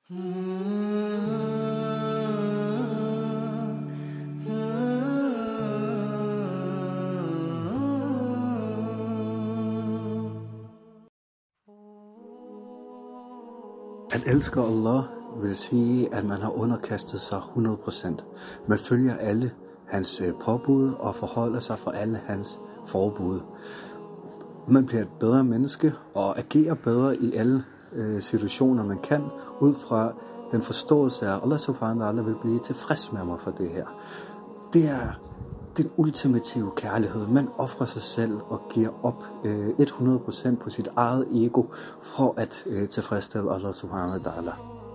At elske Allah vil sige, at man har underkastet sig 100%. Man følger alle hans påbud og forholder sig for alle hans forbud. Man bliver et bedre menneske og agerer bedre i alle situationer, man kan, ud fra den forståelse af Allah subhanahu wa ta'ala vil blive tilfreds med mig for det her. Det er den ultimative kærlighed. Man offrer sig selv og giver op 100% på sit eget ego for at tilfredsstille Allah subhanahu wa ta'ala.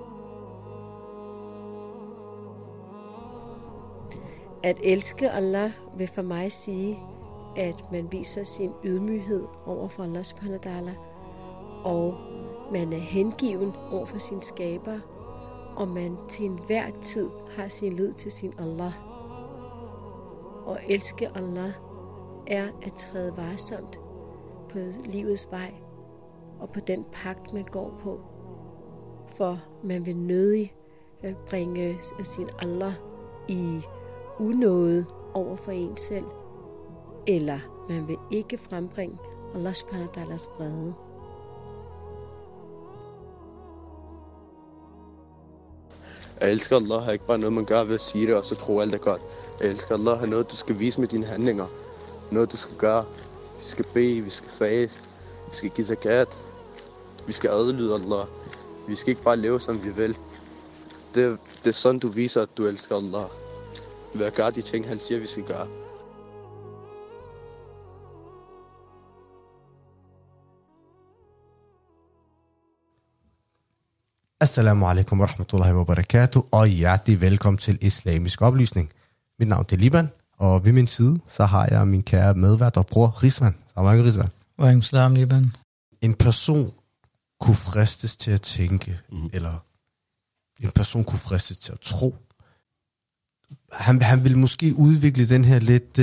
At elske Allah vil for mig sige, at man viser sin ydmyghed over for Allah subhanahu wa ta'ala, og man er hengiven over for sin skaber, og man til enhver tid har sin lid til sin Allah. Og elske Allah er at træde varsomt på livets vej og på den pagt, man går på. For man vil nødig bringe sin Allah i unåde over for en selv, eller man vil ikke frembringe Allah subhanahu wa ta'alas vrede. Jeg elsker Allah er ikke bare noget, man gør ved at sige det, og så tror alt er godt. Jeg elsker Allah er noget, du skal vise med dine handlinger. Noget, du skal gøre. Vi skal bede, vi skal faste, vi skal give zakat, vi skal adlyde Allah. Vi skal ikke bare leve, som vi vil. Det er sådan, du viser, at du elsker Allah. Ved at gøre de ting, han siger, vi skal gøre. Assalamu alaikum wa rahmatullahi wa barakatuh, og hjertelig velkommen til Islamisk Oplysning. Mit navn er Liban, og ved min side, så har jeg min kære medvært og bror, Rizwan. Salam Rizwan. Wa alaikum salam, Liban. En person kunne fristes til at tænke, eller en person kunne fristes til at tro. Han vil måske udvikle den her lidt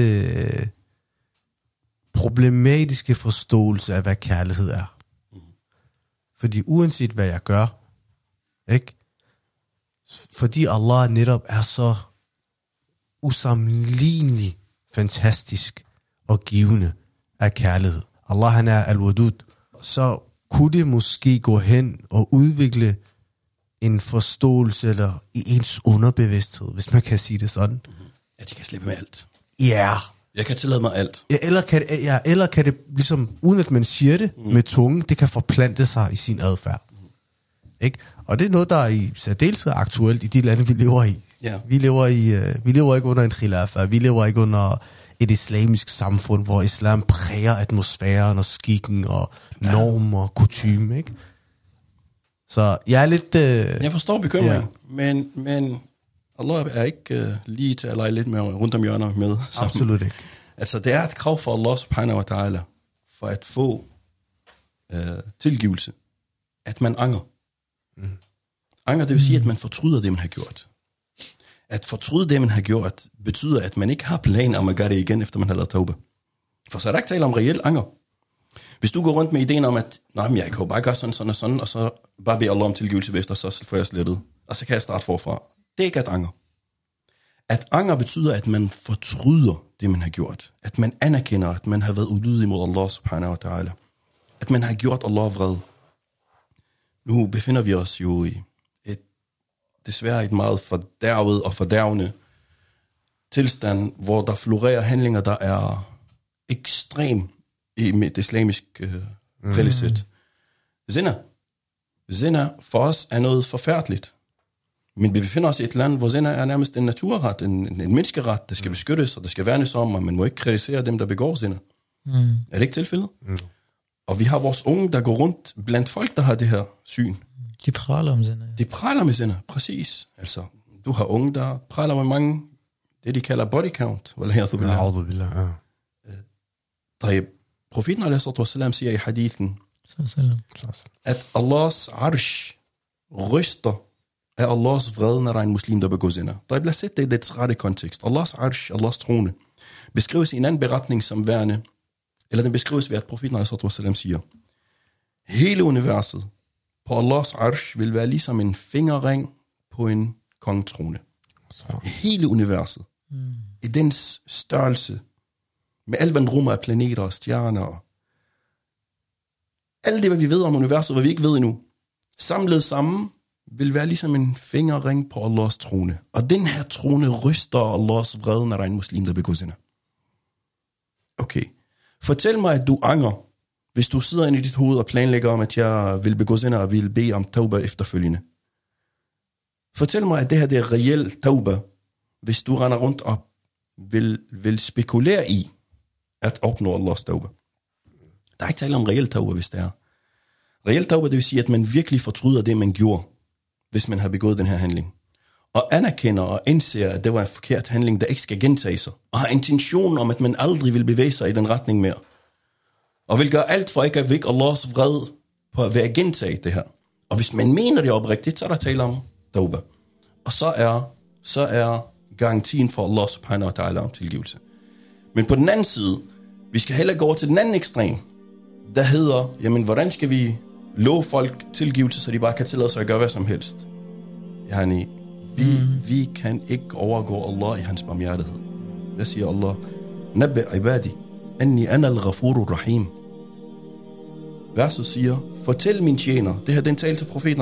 problematiske forståelse af, hvad kærlighed er. Fordi uanset hvad jeg gør, ikke? Fordi Allah netop er så usammenlignelig fantastisk og givende af kærlighed. Allah han er al-wadud. Så kunne det måske gå hen og udvikle en forståelse eller i ens underbevidsthed, hvis man kan sige det sådan. At de kan slippe med alt. Ja. Yeah. Jeg kan tillade mig alt. Ja, eller kan det ligesom, uden at man siger det med tungen, det kan forplante sig i sin adfærd. Ikke? Og det er noget, der er i særdeleshed aktuelt i de lande, vi lever i. Ja. Vi lever ikke under en khilafa, vi lever ikke under et islamisk samfund, hvor islam præger atmosfæren og skikken og normer og kutyme, ikke? Så jeg er lidt... Jeg forstår bekymringen, men Allah er ikke lige til at lege lidt med rundt om hjørnet med. Absolut ikke. Altså, det er et krav for Allah subhanahu wa ta'ala, for at få tilgivelse, at man angrer. Anger, det vil sige, at man fortryder det, man har gjort. At fortryde det, man har gjort, betyder, at man ikke har planer om at gøre det igen, efter man har lavet tauba. For så er der ikke tale om reelt anger. Hvis du går rundt med ideen om, at nej, men jeg kan jo bare gøre sådan og sådan, og så bare bede Allah om tilgivelse efter, så får jeg slettet, og så kan jeg starte forfra. Det er ikke at anger. At anger betyder, at man fortryder det, man har gjort. At man anerkender, at man har været ulydig mod Allah subhanahu wa ta'ala. At man har gjort Allah vred. Nu befinder vi os jo i desværre et meget fordærvet og fordærvende tilstand, hvor der florerer handlinger, der er ekstrem i det islamiske regelsæt. Zina for os er noget forfærdeligt. Men vi befinder os i et land, hvor zina er nærmest en naturret, en menneskeret, der skal beskyttes, og der skal værnes om, og man må ikke kritisere dem, der begår zina. Er det ikke tilfældet? Og vi har vores unge, der går rundt blandt folk, der har det her syn. De praler om zina. De praler med zina, præcis. Altså, du har unge, der praler med mange, det de kalder body count. Profeten a.s. siger i hadithen, at Allahs arsh ryster af Allahs vrede, når der er en muslim, der begår zina. Der bliver set det i dets rette kontekst. Allahs arsh, Allahs trone, beskrives i en anden beretning som værende, eller den beskrives ved, at profeten a.s. siger, hele universet på Allahs arsh vil være ligesom en fingerring på en kongetrone. Hele universet. I dens størrelse, med alt hvad den rummer af planeter og stjerner, og alt det, hvad vi ved om universet, hvad vi ikke ved endnu, samlet sammen, vil være ligesom en fingerring på Allahs trone. Og den her trone ryster Allahs vrede, når der er en muslim, der begår zina. Okay. Fortæl mig, at du angrer, hvis du sidder inde i dit hoved og planlægger om, at jeg vil begå zina og vil bede om tauba efterfølgende. Fortæl mig, at det her det er reelt tauba, hvis du render rundt og vil spekulere i at opnå Allahs tauba. Der er ikke tale om reelt tauba, hvis det er. Reelt tauba, det vil sige, at man virkelig fortryder det, man gjorde, hvis man har begået den her handling. Og anerkender og indser, at det var en forkert handling, der ikke skal gentage sig. Og har intention om, at man aldrig vil bevæge sig i den retning mere. Og vil gøre alt for ikke at vække Allahs vrede på at være gentage det her. Og hvis man mener det oprigtigt, så er der tale om tauba. Og så er garantien for Allah subhanahu wa ta'ala om tilgivelse. Men på den anden side, vi skal heller gå over til den anden ekstrem, der hedder, jamen hvordan skal vi love folk tilgivelse, så de bare kan tillade sig at gøre hvad som helst. Yani, vi kan ikke overgå Allah i hans barmhjertighed. Hvad siger Allah? Nabbi ibadi, anni ana al-ghafurur rahim. Verset siger, fortæl min tjener, det her den tale til profeten,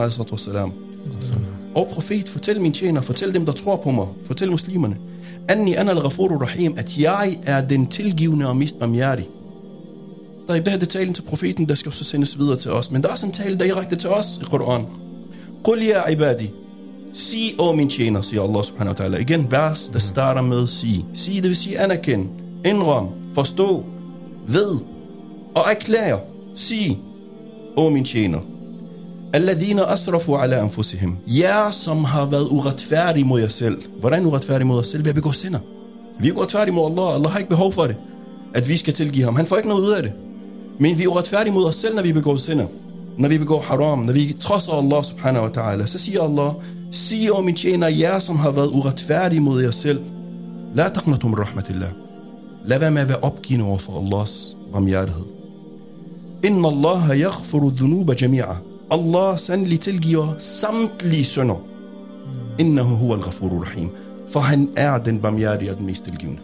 og profet, fortæl min tjener, fortæl dem, der tror på mig, fortæl muslimerne, anni ana al-ghafurur rahim, at jeg er den tilgivende og mest barmhjertig. Det her det talen til profeten, der skal så sendes videre til os. Men der er sådan en tale direkte til os i Koran. Qul ya ibadi. Sig, min tjener, siger Allah subhanahu wa ta'ala. Igen, vers, der starter med sig. Sig, det vil sige anerkend, indrøm, forstå, ved og erklære. Sig, min tjener. Alladhina asrafu ala anfusihim. Jer, som har været uretfærdige mod jer selv. Hvordan uretfærdige mod os selv? Ved at begå synder. Vi er uretfærdige mod Allah. Allah har ikke behov for det, at vi skal tilgive ham. Han får ikke noget ud af det. Men vi er uretfærdige mod os selv, når vi begår synder. Når vi begår haram. Når vi trodser Allah subhanahu wa ta'ala. Så siger Allah, sig min tjener, jer som har været uretfærdige mod jer selv. La taqnatu min rahmatillah. Lad være med at være opgivende over for Allahs barmhjertighed. Inna Allah yaghfiru dhunuba jami'a. Allah sandelig tilgiver samtlige synder. Innahu huwa al-ghafurur rahim. For han er den barmhjertige og den mest tilgivende.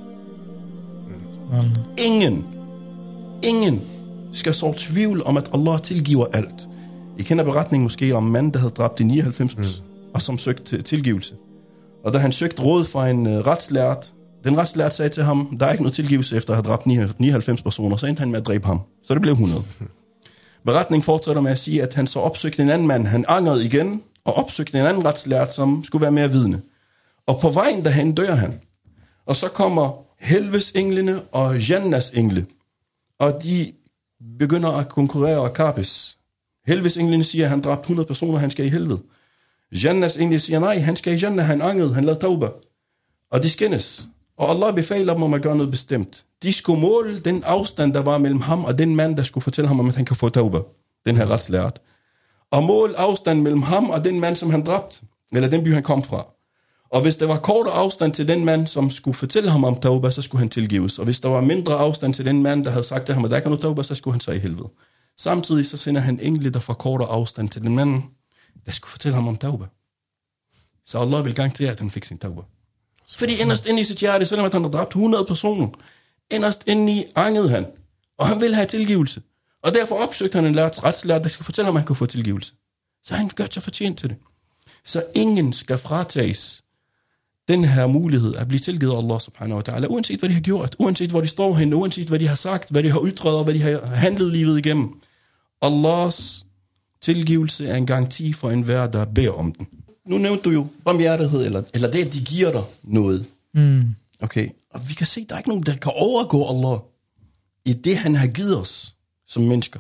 Ingen skal så tvivl om, at Allah tilgiver alt. I kender beretningen måske om en mand, der havde dræbt de 99, og som søgte tilgivelse. Og da han søgte råd fra en retslært, den retslært sagde til ham, der er ikke noget tilgivelse efter at have dræbt 99 personer, så endte han med at dræbe ham. Så det blev 100. Beretningen fortsætter med at sige, at han så opsøgte en anden mand. Han angrede igen, og opsøgte en anden retslært, som skulle være mere vidne. Og på vejen derhen dør han. Og så kommer helvedes englene og Jannas engle. Og de begynder at konkurrere og kappes. Helvedes englene siger, at han dræbte 100 personer, han skal i helvede. Jannas engle siger, nej, han skal i Jannah, han angrede, han lavede tauba. Og de skændes. Og Allah befaler dem om at gøre noget bestemt. De skulle måle den afstand, der var mellem ham og den mand, der skulle fortælle ham, om at han kan få tauba. Den her retslært. Og måle afstand mellem ham og den mand, som han dræbte. Eller den by, han kom fra. Og hvis der var kortere afstand til den mand, som skulle fortælle ham om tauba, så skulle han tilgives. Og hvis der var mindre afstand til den mand, der havde sagt til ham, at der kan noget tauba, så skulle han så i helvede. Samtidig så sender han engle, der får kortere afstand til den mand, der skulle fortælle ham om tauba. Så Allah vil garantere, at han fik sin tauba. Fordi inderst inde i sit hjerte, selvom at han har dræbt 100 personer, inderst inde i angede han. Og han vil have tilgivelse. Og derfor opsøgte han en retslært, der skal fortælle ham, at han kan få tilgivelse. Så han gør sig fortjent til det. Så ingen skal fratages den her mulighed at blive tilgivet af Allah subhanahu wa ta'ala, uanset hvad de har gjort, uanset hvor de står henne, uanset hvad de har sagt, hvad de har ytret og hvad de har handlet livet igennem. Allahs tilgivelse er en garanti for enhver, der beder om den. Nu nævnte du jo barmhjertighed, eller det, at de giver dig noget. Okay, og vi kan se, at der er ikke nogen, der kan overgå Allah i det, han har givet os som mennesker.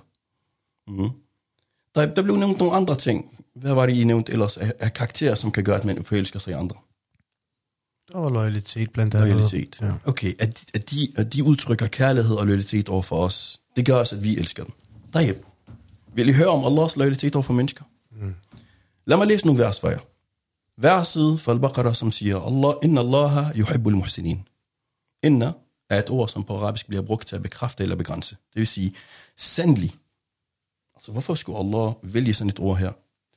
Der blev nævnt nogle andre ting. Hvad var det, I nævnte ellers af karakterer, som kan gøre, at man forelsker sig i andre? Der var loyalitet blandt andet. Loyalitet. Ja. Okay, at de udtrykker kærlighed og loyalitet over for os, det gør også, at vi elsker dem. Derhjemme. Vil I høre om Allahs loyalitet over for mennesker? Lad mig læse nogle vers for jer. Verset fra Al-Baqarah, som siger, Inna Allaha yuhibbul muhsinin. Inna er et ord, som på arabisk bliver brugt til at bekræfte eller begrænse. Det vil sige, sandelig. Altså, hvorfor skulle Allah vælge sådan et ord her?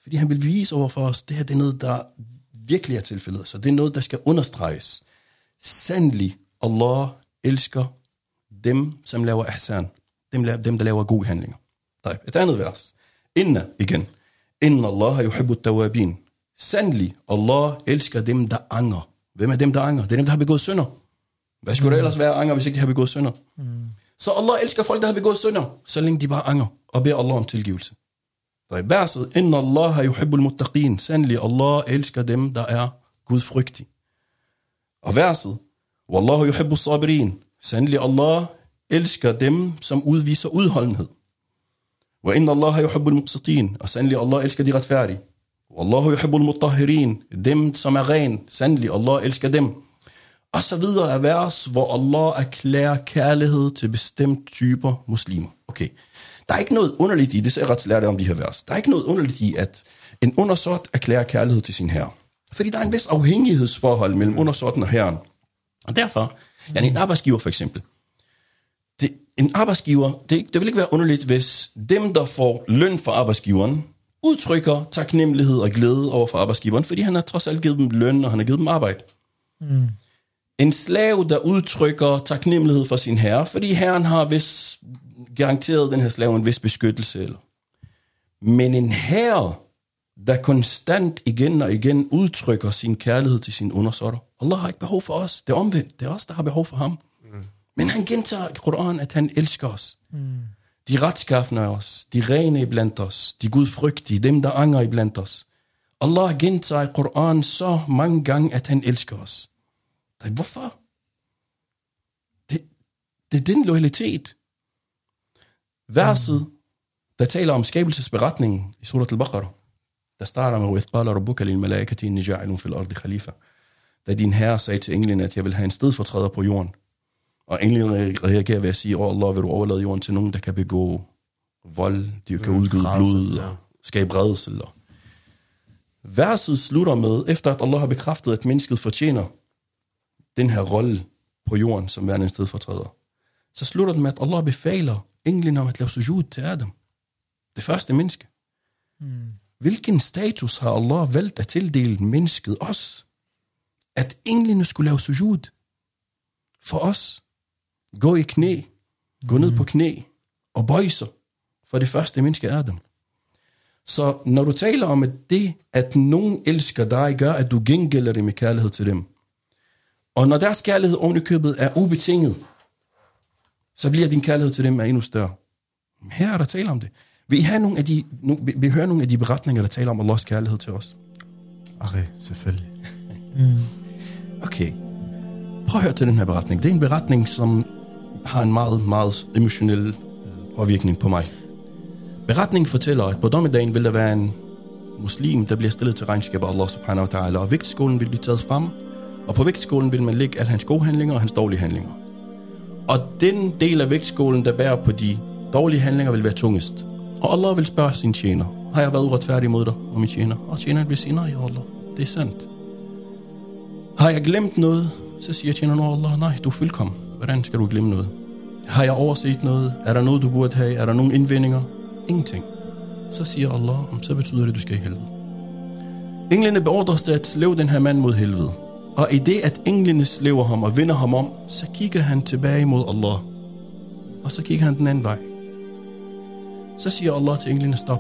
Fordi han vil vise over for os, det her det er noget, der virkelig er tilfældet. Så det er noget, der skal understreges. Sandelig, Allah elsker dem, som laver ihsan. Dem, der laver gode handlinger. Et andet vers. Inna igen. Inna Allah yuhibbu tawabin. Sandelig, Allah elsker dem, der anger. Hvem er dem, der anger? Det er dem, der har begået synder. Hvad skulle det ellers være anger, hvis ikke de har begået synder? Så Allah elsker folk, der har begået synder, så længe de bare anger og beder Allah om tilgivelse. Der er verset, Inna Allah yuhibbul muttaqin. Sandelig, Allah elsker dem, der er gudfrygtige. Og verset, Wallahu yuhibbus sabirin. Sandelig, Allah elsker dem, som udviser udholdenhed. Wa inna Allah yuhibbul muqsitin. Og sandelig, Allah elsker de retfærdige. Wallahu yuhibbul mutahhirin. Dem, som er ren. Sandelig, Allah elsker dem. Og så videre er vers, hvor Allah erklærer kærlighed til bestemt typer muslimer. Okay. Der er ikke noget underligt i, det så jeg ret lærte om de her vers. Der er ikke noget underligt i, at en undersåt erklærer kærlighed til sin herre. Fordi der er en vis afhængighedsforhold mellem undersåtten og herren. Og derfor, en arbejdsgiver for eksempel. En arbejdsgiver, det vil ikke være underligt, hvis dem, der får løn fra arbejdsgiveren, udtrykker taknemmelighed og glæde over for arbejdsgiveren, fordi han har trods alt givet dem løn, og han har givet dem arbejde. En slave, der udtrykker taknemmelighed for sin herre, fordi herren har vist garanteret den her slave en vis beskyttelse. Eller. Men en herre, der konstant igen og igen udtrykker sin kærlighed til sine undersåtter. Allah har ikke behov for os. Det er omvendt. Det er os, der har behov for ham. Men han gentager i Koranen, at han elsker os. De retskaffende af os. De rene iblandt os. De gudfrygtige. Dem, der anger iblandt os. Allah gentager i Koranen så mange gange, at han elsker os. Hvorfor? Det er den loyalitet. Verset, der taler om skabelsesberetningen i surat al-Baqarah, der starter med, وَإِذْ قَالَ رَبُّكَ لِلْمَلَائِكَةِ إِنِّي جَاعِلٌ فِي الْأَرْضِ خَلِيفَةً. Da din herre sagde til englene, at jeg vil have en stedfortræder på jorden. Og englene reagerer ved at sige, Allah, vil du overlade jorden til nogen, der kan begå vold, de kan udgyde blod og skabe redsel. Verset slutter med, efter at Allah har bekræftet, at mennesket fortjener den her rolle på jorden, som værende en stedfortræder. Så slutter den med, at Allah befaler englene om at lave sujud til Adam. Det første menneske. Hvilken status har Allah valgt at tildele mennesket os? At englene skulle lave sujud for os. Gå i knæ. Gå ned på knæ. Og bøje sig for det første menneske Adam. Så når du taler om, at det, at nogen elsker dig, gør, at du gengælder det med kærlighed til dem. Og når deres kærlighed oven i købet er ubetinget, så bliver din kærlighed til dem endnu større. Her er der tale om det. Vi hører nogle af de beretninger, der taler om Allahs kærlighed til os. Okay, selvfølgelig. Okay. Prøv at høre til den her beretning. Det er en beretning, som har en meget, meget emotionel påvirkning på mig. Beretningen fortæller, at på dommedagen vil der være en muslim, der bliver stillet til regnskab af Allah subhanahu wa ta'ala, og vægtskålen vil blive taget frem, og på vægtskålen vil man lægge alle hans gode handlinger og hans dårlige handlinger. Og den del af vægtskålen, der bærer på de dårlige handlinger, vil være tungest. Og Allah vil spørge sin tjener, har jeg været uretfærdig mod dig og min tjener? Og tjeneren vil sige, nej, Allah, det er sandt. Har jeg glemt noget? Så siger tjeneren, Allah, nej, du er fuldkommen. Hvordan skal du glemme noget? Har jeg overset noget? Er der noget, du burde have? Er der nogle indvendinger? Ingenting. Så siger Allah, så betyder det, at du skal i helvede. Englene beordres til at slæve den her mand mod helvede. Og i det, at englene slæver ham og vinder ham om, så kigger han tilbage mod Allah. Og så kigger han den anden vej. Så siger Allah til englene, stop.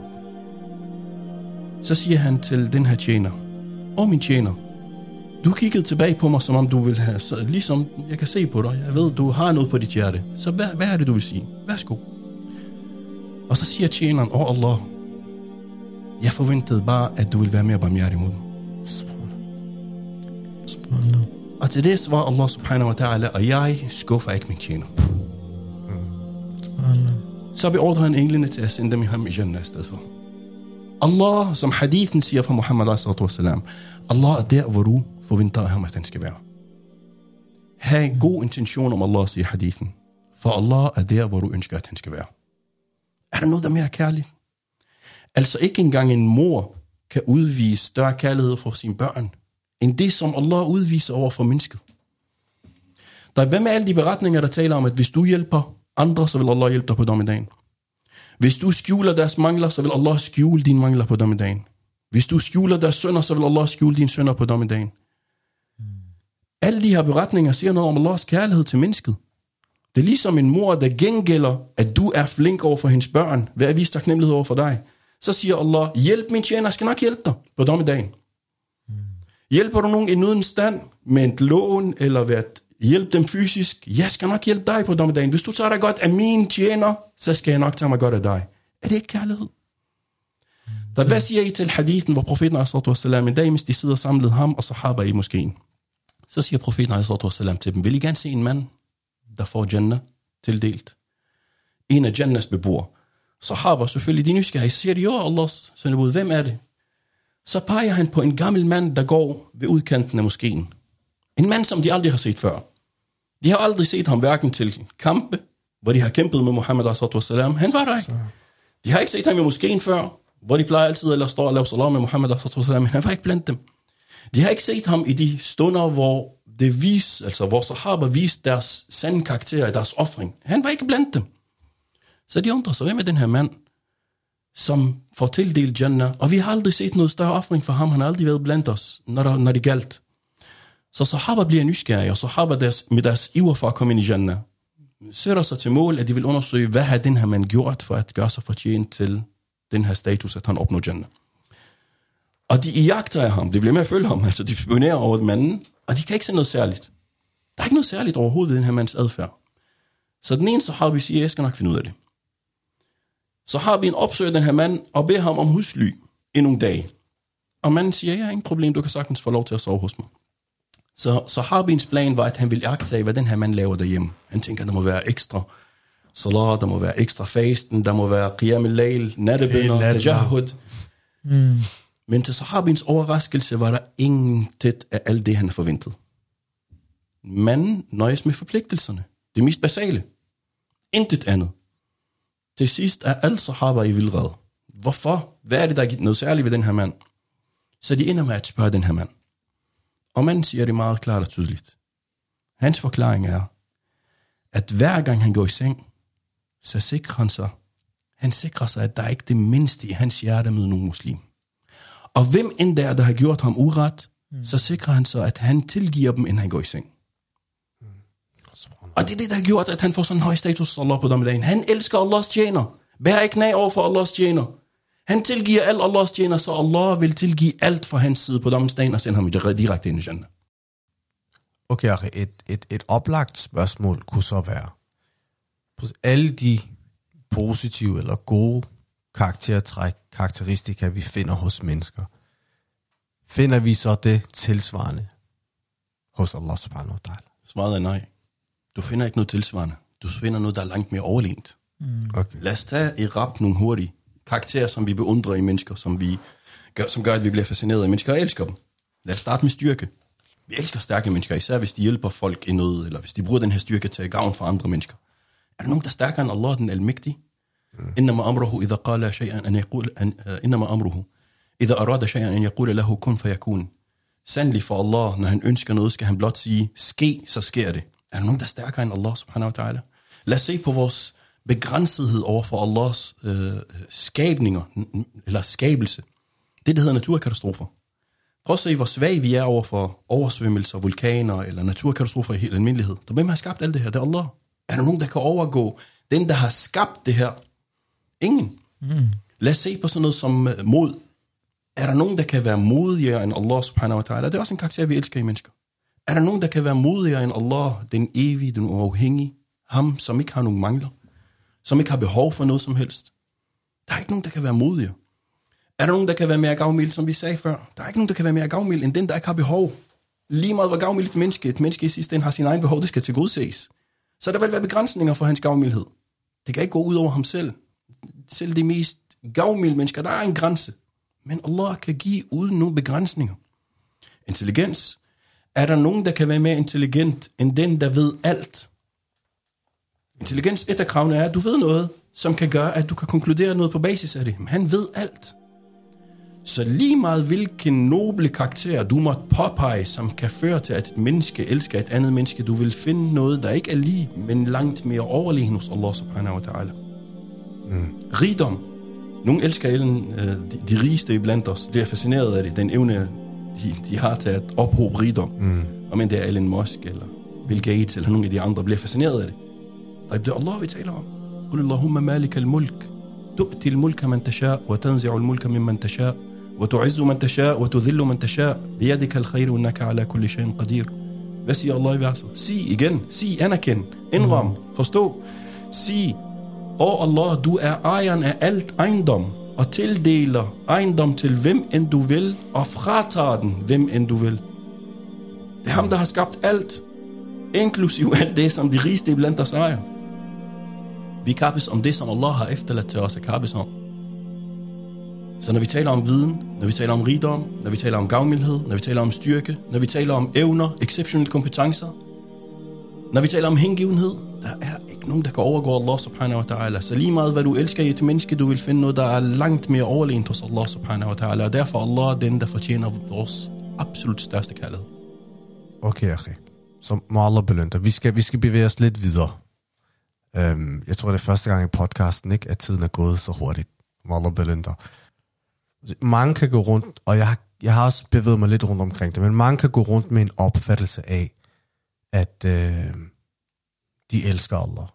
Så siger han til den her tjener, min tjener, du kiggede tilbage på mig, som om du vil have, så ligesom jeg kan se på dig, jeg ved, du har noget på dit hjerte. Så hvad er det, du vil sige? Værsgo. Og så siger tjeneren, Allah, jeg forventede bare, at du vil være mere barmhjertig mod mig. Og til det svarer Allah subhanahu wa ta'ala, og jeg skuffer ikke min tjener. Så beordrer han englene til at sende dem i Jannah i stedet for. Allah, som hadithen siger fra Muhammad s.a.w. Allah er der, hvor du forventer af ham, at han skal være. Ha' en god intention om Allah, siger hadithen. For Allah er der, hvor du ønsker, at han skal være. Er der noget, der er mere kærligt? Altså ikke engang en mor kan udvise større kærlighed for sine børn, end det, som Allah udviser over for mennesket. Hvad med alle de beretninger, der taler om, at hvis du hjælper andre, så vil Allah hjælpe dig på dommedagen. Hvis du skjuler deres mangler, så vil Allah skjule dine mangler på dommedagen. Hvis du skjuler deres synder, så vil Allah skjule dine synder på dommedagen. Alle de her beretninger siger noget om Allahs kærlighed til mennesket. Det er ligesom en mor, der gengælder, at du er flink over for hendes børn, ved at vise taknemmelighed over for dig. Så siger Allah, hjælp min tjener, jeg skal nok hjælpe dig på dommedagen. Hjælper du nogen i nødens stand med et lån, eller ved at hjælpe dem fysisk, jeg skal nok hjælpe dig på dommedagen. Hvis du tager dig godt af min tjener, så skal jeg nok tage mig godt af dig. Er det ikke kærlighed? Hvad siger I til hadithen, hvor profeten a.s.w. en dag, mens de sidder samlet ham og sahaba i moskeen? Så siger profeten a.s.w. til dem, vil I gerne se en mand, der får Jannah tildelt? En af Jannahs beboere. Sahaba selvfølgelig, de nysgerrige, siger de, jo Allahs sendebud, hvem er det? Så peger han på en gammel mand, der går ved udkanten af moskeen. En mand, som de aldrig har set før. De har aldrig set ham hverken til kampe, hvor de har kæmpet med Muhammad a.s.w. Han var der ikke. De har ikke set ham i moskeen før, hvor de plejer altid at stå og lave salam med Muhammad a.s.w. Men han var ikke blandt dem. De har ikke set ham i de stunder, hvor det hvor sahaba viste deres sande karakter i deres offring. Han var ikke blandt dem. Så de undrer sig, hvem er den her mand, som får tildelt Jannah, og vi har aldrig set noget større offring for ham. Han har aldrig været blandt os, når det galt. Så sahaba bliver nysgerrige, og sahaba med deres iver for at komme ind i Jannah, sætter sig til mål, at de vil undersøge, hvad har den her mand gjort for at gøre sig fortjent til den her status, at han opnår Jannah. Og de iagttager ham, de bliver med at følge ham, altså de spionerer over manden, og de kan ikke se noget særligt. Der er ikke noget særligt overhovedet ved den her mands adfærd. Så den ene sahabi siger, jeg skal nok finde ud af det. Så har vi en opsøger den her mand, og beder ham om husly i nogle dage. Og manden siger, jeg har ingen problem, du kan sagtens få lov til at sove hos mig. Så sahabiens plan var, at han ville iagttage, hvad den her mand laver derhjemme. Han tænker, der må være ekstra salat, der må være ekstra fasten, der må være qiyam al-layl, nattebønner, tajahud. Men til sahabiens overraskelse var der intet af alt det, han forventede. Manden nøjes med forpligtelserne. Det mest basale. Intet andet. Til sidst er alle sahaba i vildrede. Hvorfor? Hvad er det, der er noget særligt ved den her mand? Så de ender med at spørge den her mand. Og manden siger det meget klart og tydeligt. Hans forklaring er, at hver gang han går i seng, så sikrer han sikrer sig, at der er ikke det mindste i hans hjerte med nogen muslim. Og hvem end der har gjort ham uret, så sikrer han sig, at han tilgiver dem, inden han går i seng. Og det er det, der har gjort, at han får sådan en høj status Allah på dommedagen. Han elsker Allahs tjener. Bær ikke knæ over for Allahs tjener. Han tilgiver alt Allahs tjener, så Allah vil tilgive alt fra hans side på dommedagen og sende ham direkte ind i Jannah. Okay, et oplagt spørgsmål kunne så være, alle de positive eller gode karakteristika, vi finder hos mennesker, finder vi så det tilsvarende hos Allah subhanahu wa ta'ala? Svaret er nej. Du finder ikke noget tilsvarende. Du finder noget, der er langt mere overlegent. Okay. Lad os tage i rap nogle hurtige karakterer, som vi beundrer i mennesker, som gør, at vi bliver fascineret af mennesker og elsker dem. Lad os starte med styrke. Vi elsker stærke mennesker, især hvis de hjælper folk i noget, eller hvis de bruger den her styrke til at gavn for andre mennesker. Er der nogen, der er stærkere end Allah, den almægtige? Innama amruhu idha qala shay'an an yaqul innama amruhu idha arada shay'an an yaqul lahu kun fayakun. Sandelig for Allah, når han ønsker noget, skal han blot sige, ske, så sker det. Er der nogen, der er stærkere end Allah subhanahu wa ta'ala? Lad os se på vores begrænsethed over for Allahs skabninger, eller skabelse. Det hedder naturkatastrofer. Prøv at se, hvor svage vi er over for oversvømmelser, vulkaner, eller naturkatastrofer i helt almindelighed. Hvem har skabt alt det her? Det er Allah. Er der nogen, der kan overgå den, der har skabt det her? Ingen. Lad os se på sådan noget som mod. Er der nogen, der kan være modigere end Allah subhanahu wa ta'ala? Det er også en karakter, vi elsker i mennesker. Er der nogen, der kan være modigere end Allah, den evige, den uafhængige? Ham, som ikke har nogen mangler. Som ikke har behov for noget som helst. Der er ikke nogen, der kan være modigere. Er der nogen, der kan være mere gavmild, som vi sagde før? Der er ikke nogen, der kan være mere gavmild, end den, der ikke har behov. Lige meget hvor gavmild et menneske i sidste ende har sin egen behov, det skal tilgodeses. Så der vil være begrænsninger for hans gavmildhed. Det kan ikke gå ud over ham selv. Selv de mest gavmilde mennesker, der er en grænse. Men Allah kan give uden nogen begrænsninger. Intelligens. Er der nogen, der kan være mere intelligent, end den, der ved alt? Intelligens, et af kravene er, at du ved noget, som kan gøre, at du kan konkludere noget på basis af det. Men han ved alt. Så lige meget hvilken noble karakter du måtte påpege, som kan føre til, at et menneske elsker et andet menneske, du vil finde noget, der ikke er lige, men langt mere overlegen hos Allah subhanahu wa ta'ala. Rigdom. Nogle elsker elen, de rigeste iblandt os, bliver fascineret af det, den evne, de har til at ophobe rigdom. Om end det er Elon Musk, eller Bill Gates, eller nogle af de andre, bliver fascineret af det. Det er Allah, vi taler om. قل اللهم مالك الملك تؤتي الملك من تشاء وتنزع الملك ممن تشاء وتعز من تشاء وتذل من تشاء بيدك الخير إنك على كل شيء قدير. Hvad siger Allah i verset? Sig igen, sig, anerkend, indram, forstå. Sig, Allah, du er ejeren af alt ejendom, og tildeler ejendom til hvem end du vil, og fratager den hvem end du vil. Det er ham, der har skabt alt, inklusiv alt det, som de rigeste iblandt os ejer. Vi kappes om det, som Allah har efterladt til os at kappes om. Så når vi taler om viden, når vi taler om rigdom, når vi taler om gavmildhed, når vi taler om styrke, når vi taler om evner, exceptionelle kompetencer, når vi taler om hengivenhed, der er ikke nogen, der kan overgå Allah subhanahu wa ta'ala. Så lige meget, hvad du elsker i et menneske, du vil finde noget, der er langt mere overlegent hos Allah subhanahu wa ta'ala. Og derfor er Allah den, der fortjener vores absolut største kærlighed. Okay. Så må Allah belønne dig. Vi skal bevæge os lidt videre. Jeg tror, det er første gang i podcasten, ikke, at tiden er gået så hurtigt. Må Allah belønne dig. Mange kan gå rundt, og jeg har også bevæget mig lidt rundt omkring det, men mange kan gå rundt med en opfattelse af, at de elsker Allah.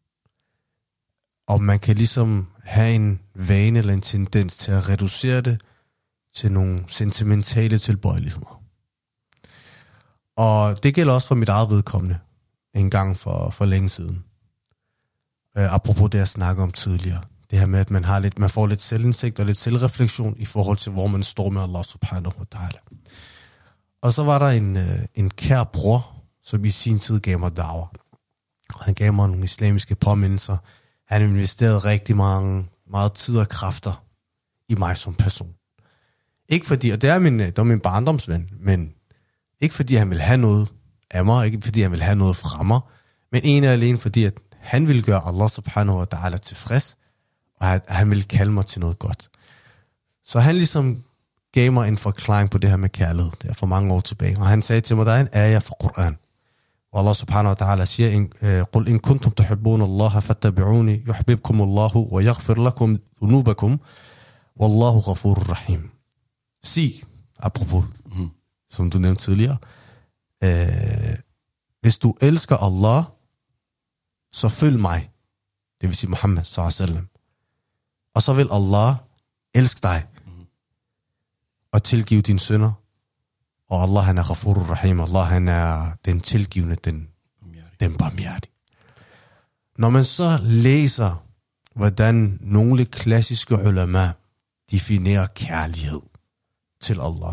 Og man kan ligesom have en vane eller en tendens til at reducere det til nogle sentimentale tilbøjeligheder. Og det gælder også for mit eget vedkommende, en gang for længe siden. Apropos det, jeg snakkede om tidligere. Det her med, at man får lidt selvindsigt og lidt selvreflektion i forhold til, hvor man står med Allah subhanahu wa ta'ala. Og så var der en kær bror, som i sin tid gav mig da'wah. Han gav mig nogle islamiske påmindelser. Han investerede rigtig meget tid og kræfter i mig som person. Ikke fordi, og det var min barndomsven, men ikke fordi han ville have noget af mig, ikke fordi han ville have noget fra mig, men en og alene fordi, at han ville gøre Allah subhanahu wa ta'ala tilfreds, og at han ville kalde mig til noget godt. Så han ligesom gav mig en forklaring på det her med kærlighed, det er for mange år tilbage. Og han sagde til mig, der er en ayah fra Koran, hvor Allah subhanahu wa ta'ala siger, قُلْ إِن كُنْتُمْ تُحِبُّونَ اللَّهَ فَاتَّبِعُونِي يُحْبِبْكُمُ اللَّهُ وَيَغْفِرْ لَكُمْ ذُنُوبَكُمْ وَاللَّهُ غَفُورٌ رَحِيمٌ. Sig, apropos, som du nævnte tidligere, hvis du elsker Allah, så følg mig, det vil sige Muhammad sallallahu alaihi wasallam. Og så vil Allah elske dig og tilgive dine synder. Og Allah, han er Ghafurur Rahim. Allah, han er den tilgivende, den barmhjertige. Når man så læser, hvordan nogle klassiske ulama definerer kærlighed til Allah,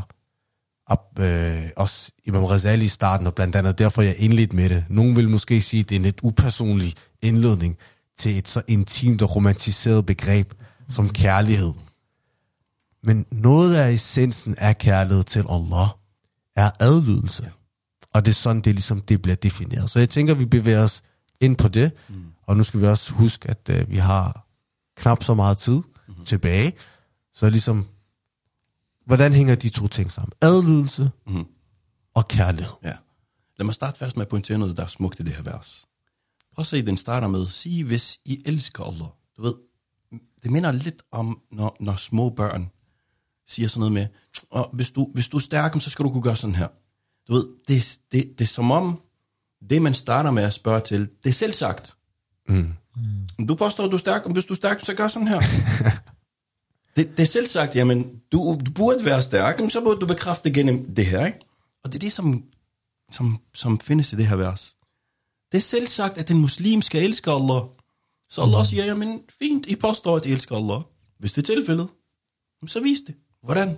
også Imam Ghazali i starten, og blandt andet derfor jeg indledt med det. Nogen vil måske sige, at det er en lidt upersonlig indledning til et så intimt og romantiseret begreb som kærlighed. Men noget af essensen af kærlighed til Allah er adlydelse. Og det er sådan, det bliver defineret. Så jeg tænker, vi bevæger os ind på det. Og nu skal vi også huske, at vi har knap så meget tid tilbage. Så ligesom, hvordan hænger de to ting sammen? Adlydelse og kærlighed. Ja. Lad mig starte først med at pointere noget, der er smukt i det her vers. Prøv at se, den starter med, sig hvis I elsker Allah. Du ved, det minder lidt om, når små børn siger sådan noget med, og hvis du er stærk, så skal du kunne gøre sådan her. Du ved, det er som om, det man starter med at spørge til, det er selvsagt. Du påstår, at du er stærk, og hvis du er stærk, så gør sådan her. det er selvsagt, jamen, du burde være stærk, men så burde du bekræfte det gennem det her, ikke? Og det er det, som findes i det her vers. Det er selvsagt, at en muslim skal elske Allah. Så Allah siger, jamen fint, I påstår, at I elsker Allah. Hvis det er tilfældet, så vis det. Hvordan?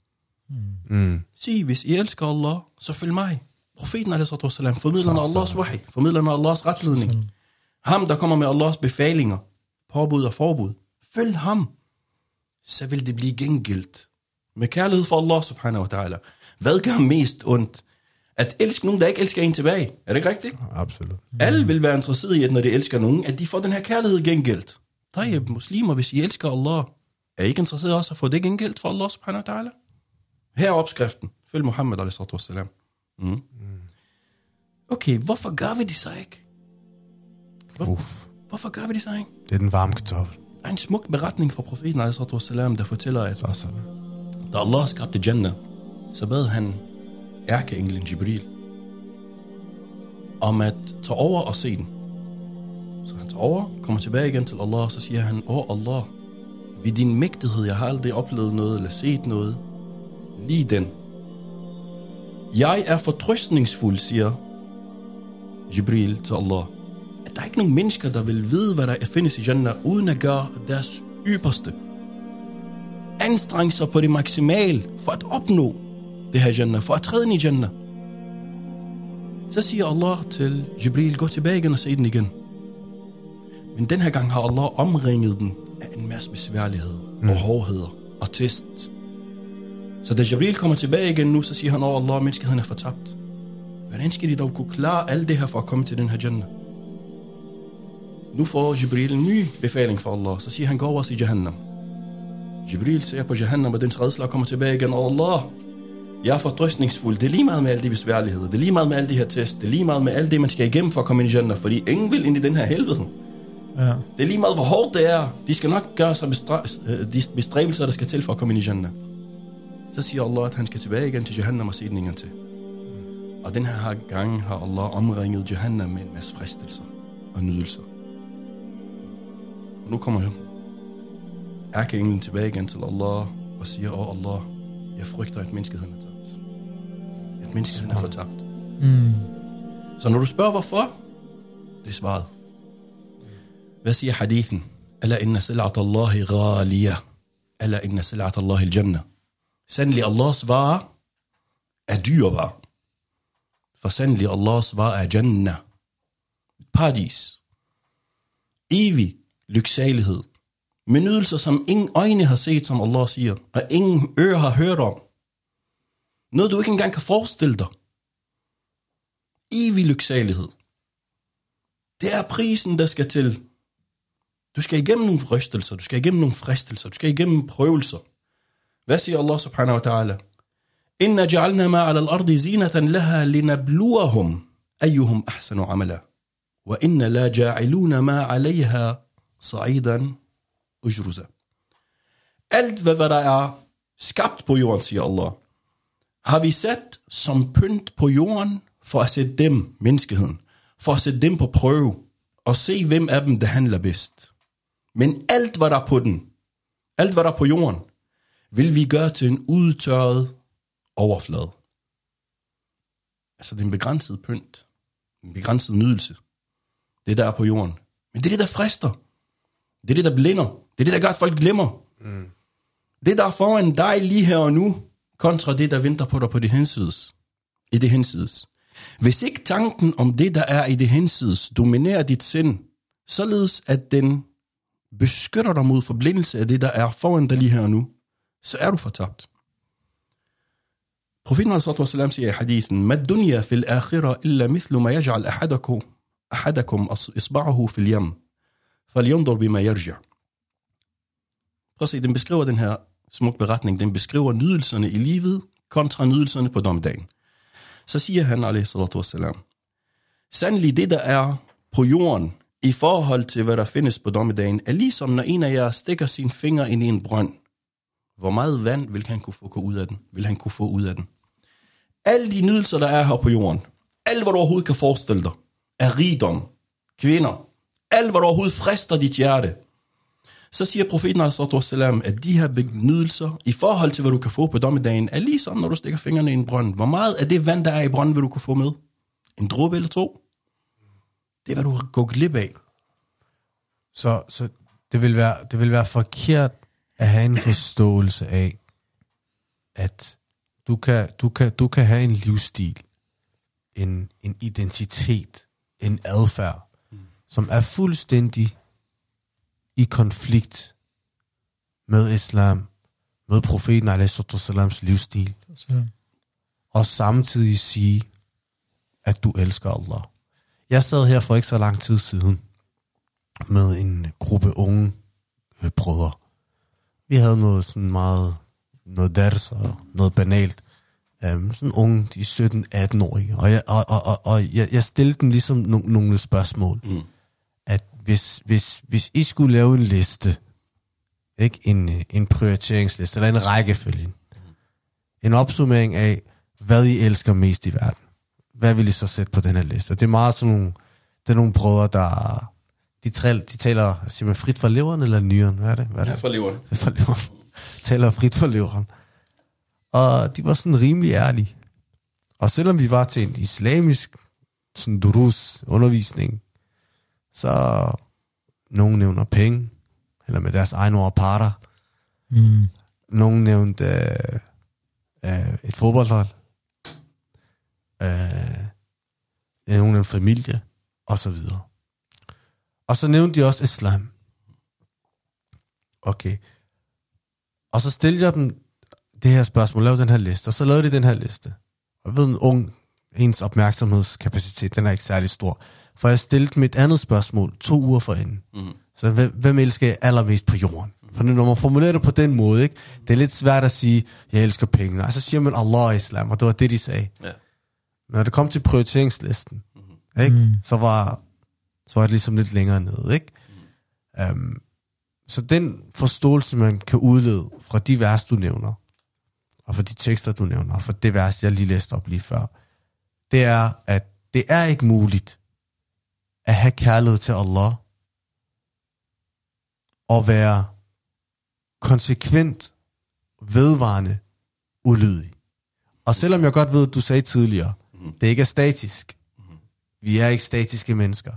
Sig, hvis I elsker Allah, så følg mig. Profeten a.s. formidlerne af Allahs wahi, formidlerne af Allahs retledning. Ham, der kommer med Allahs befalinger, påbud og forbud. Følg ham. Så vil det blive gengældt. Med kærlighed for Allah subhanahu wa ta'ala. Hvad gør mest ondt? At elske nogen, der ikke elsker en tilbage. Er det ikke rigtigt? Absolut. Alle vil være interesseret i, at når de elsker nogen, at de får den her kærlighed gengældt. Der er muslimer, hvis I elsker Allah, er I ikke interesseret også at få det gengældt for Allah subhanahu wa ta'ala? Her er opskriften. Følg Muhammad a.s. Okay, hvorfor gør vi det så ikke? Hvorfor gør vi det så ikke? Det er den varme kartoffel. Der er en smuk beretning fra profeten, der fortæller, at da Allah skabte Jannah, så bad han ærkeenglen Jibril om at tage over og se den. Så han tager over, kommer tilbage igen til Allah, og så siger han, Allah, ved din mægtighed, jeg har aldrig oplevet noget eller set noget, lige den. Jeg er fortrøstningsfuld, siger Jibril til Allah, at der er ikke nogen mennesker, der vil vide, hvad der findes i Jannah, uden at gøre deres ypperste. Anstrenge sig på det maksimale for at opnå det her Jannah, for at træde ind i Jannah. Så siger Allah til Jibril, gå tilbage igen og se den igen. Men den her gang har Allah omringet den af en masse besværligheder og hårdheder og test. Så da Jibril kommer tilbage igen nu, så siger han, Allah, menneskeheden er fortabt. Hvordan skal de dog kunne klare alt det her for at komme til den her Jannah? Nu får Jibril en ny befaling fra Allah. Så siger han, gå over til Jahannam. Jibril ser på Jahannam, og dens redslag kommer tilbage igen. Allah, jeg er fortrøstningsfuld. Det er lige meget med alle de besværligheder. Det er lige meget med alle de her test. Det er lige meget med alt det, man skal igennem for at komme ind i Jannah. Fordi ingen vil ind i den her helvede. Ja. Det er lige meget, hvor hårdt det er. De skal nok gøre sig de bestræbelser, der skal til for at komme ind i Jannah. Så siger Allah, at han skal tilbage igen til Jahannam og se den igen til. Og den her gang har Allah omringet Jahannam med en masse fristelser og nydelser. Og nu kommer ærkeenglen tilbage igen til Allah og siger, Allah, jeg frygter, at menneskeheden er tabt. At menneskeheden er fortabt. Så når du spørger, hvorfor? Det er svaret. Hvad siger hadithen? Alla inna sil'at Allahi ghaliyah. Alla inna sil'at Allahi al-jannah. Sandelig Allahs varer er dyrevarer. For sandelig Allahs varer er Jannah. Paradis. Evig lyksalighed. Med nydelser, som ingen øjne har set, som Allah siger, og ingen ører har hørt om. Noget, du ikke engang kan forestille dig. Evig lyksalighed. Det er prisen, der skal til. Du skal igennem nogle rystelser, du skal igennem nogle fristelser, du skal igennem prøvelser. Hvad siger Allah subhanahu wa ta'ala? Inna ja'alna ma 'ala al-ardi zinatan laha linabluwahum ayyuhum ahsanu 'amala. Wa inna la ja'iluna ma 'alayha sa'idan ujruza. Alt hvad der er skabt på jorden, siger Allah, har vi sat som pynt på jorden for at sætte dem, menneskeheden, for at sætte dem på prøve og se, hvem af dem, der handler bedst. Men alt hvad der er på den, alt hvad der er på jorden, vil vi gøre til en udtørret overflade. Altså det er en begrænset pynt, en begrænset nydelse, det der er på jorden. Men det er det, der frister. Det er det, der blinder. Det er det, der gør, at folk glemmer. Det, der er foran dig lige her og nu, kontra det, der venter på dig på det hensides. I det hensides. Hvis ikke tanken om det, der er i det hensides, dominerer dit sind, således at den beskytter dig mod forblindelse af det, der er foran dig lige her og nu, så er du fortabt. Profeten sallallahu siger i hadithen, Mad dunya fil akhira illa mithlu ma yaj'al ahadakum isba'ahu fil yam, falyanzur bima yarji'. Prøv at se, den beskriver den her smuk beretning, den beskriver nydelserne i livet kontra nydelserne på dommedagen. Så siger han, alaihi salatu wassalam, sandelig det, der er på jorden, i forhold til, hvad der findes på dommedagen, er ligesom, når en af jer stikker sine fingre ind i en brønd. Hvor meget vand vil han kunne få ud af den? Vil han kunne få ud af den? Alle de nydelser, der er her på jorden, alt, hvad du overhovedet kan forestille dig, er rigdom, kvinder, alt, hvad du overhovedet frister dit hjerte. Så siger profeten, at de her nydelser, i forhold til, hvad du kan få på dommedagen, er ligesom, når du stikker fingrene i en brønd. Hvor meget af det vand, der er i brønden, vil du kunne få med? En dråbe eller to? Det er, hvad du går glip af. Så det vil være forkert at have en forståelse af, at du kan have en livsstil, en identitet, en adfærd, som er fuldstændig i konflikt med islam, med profeten a.s. livsstil, og samtidig sige, at du elsker Allah. Jeg sad her for ikke så lang tid siden med en gruppe unge brødre. Vi havde noget sådan meget, noget ders og noget banalt. Sådan unge, de 17-18-årige. Og jeg stillede dem ligesom nogle spørgsmål. At hvis I skulle lave en liste ikke? En prioriteringsliste, eller en rækkefølge. En opsummering af, hvad I elsker mest i verden. Hvad vil I så sætte på den her liste? Og det er meget sådan nogle brødre, der... De taler, siger man frit fra leveren eller nyren? Hvad er det? Ja, fra leveren. Fra leveren. Taler frit fra leveren. Og de var sådan rimelig ærlige. Og selvom vi var til en islamisk sådan durus undervisning, så nogen nævner penge, eller med deres egne ord parter. Nogen nævnte et fodboldhold. Nogen nævnte familie, og så videre. Og så nævnte de også islam. Okay. Og så stillede jeg dem det her spørgsmål, lav den her liste, og så lavede de den her liste. Og jeg ved, ens opmærksomhedskapacitet, den er ikke særlig stor. For jeg stillede dem et andet spørgsmål 2 uger forinden. Så hvem elsker jeg allermest på jorden? For når man formulerer det på den måde, ikke, det er lidt svært at sige, jeg elsker penge. Nej, så siger man Allah og islam, og det var det, de sagde. Ja. Når det kom til prioriteringslisten, ikke, så var det ligesom lidt længere nede, ikke? Så den forståelse, man kan udlede fra de vers, du nævner, og fra de tekster, du nævner, og fra det vers, jeg lige læste op lige før, det er, at det er ikke muligt at have kærlighed til Allah og være konsekvent, vedvarende, ulydig. Og selvom jeg godt ved, at du sagde tidligere, det ikke er statisk. Vi er ikke statiske mennesker.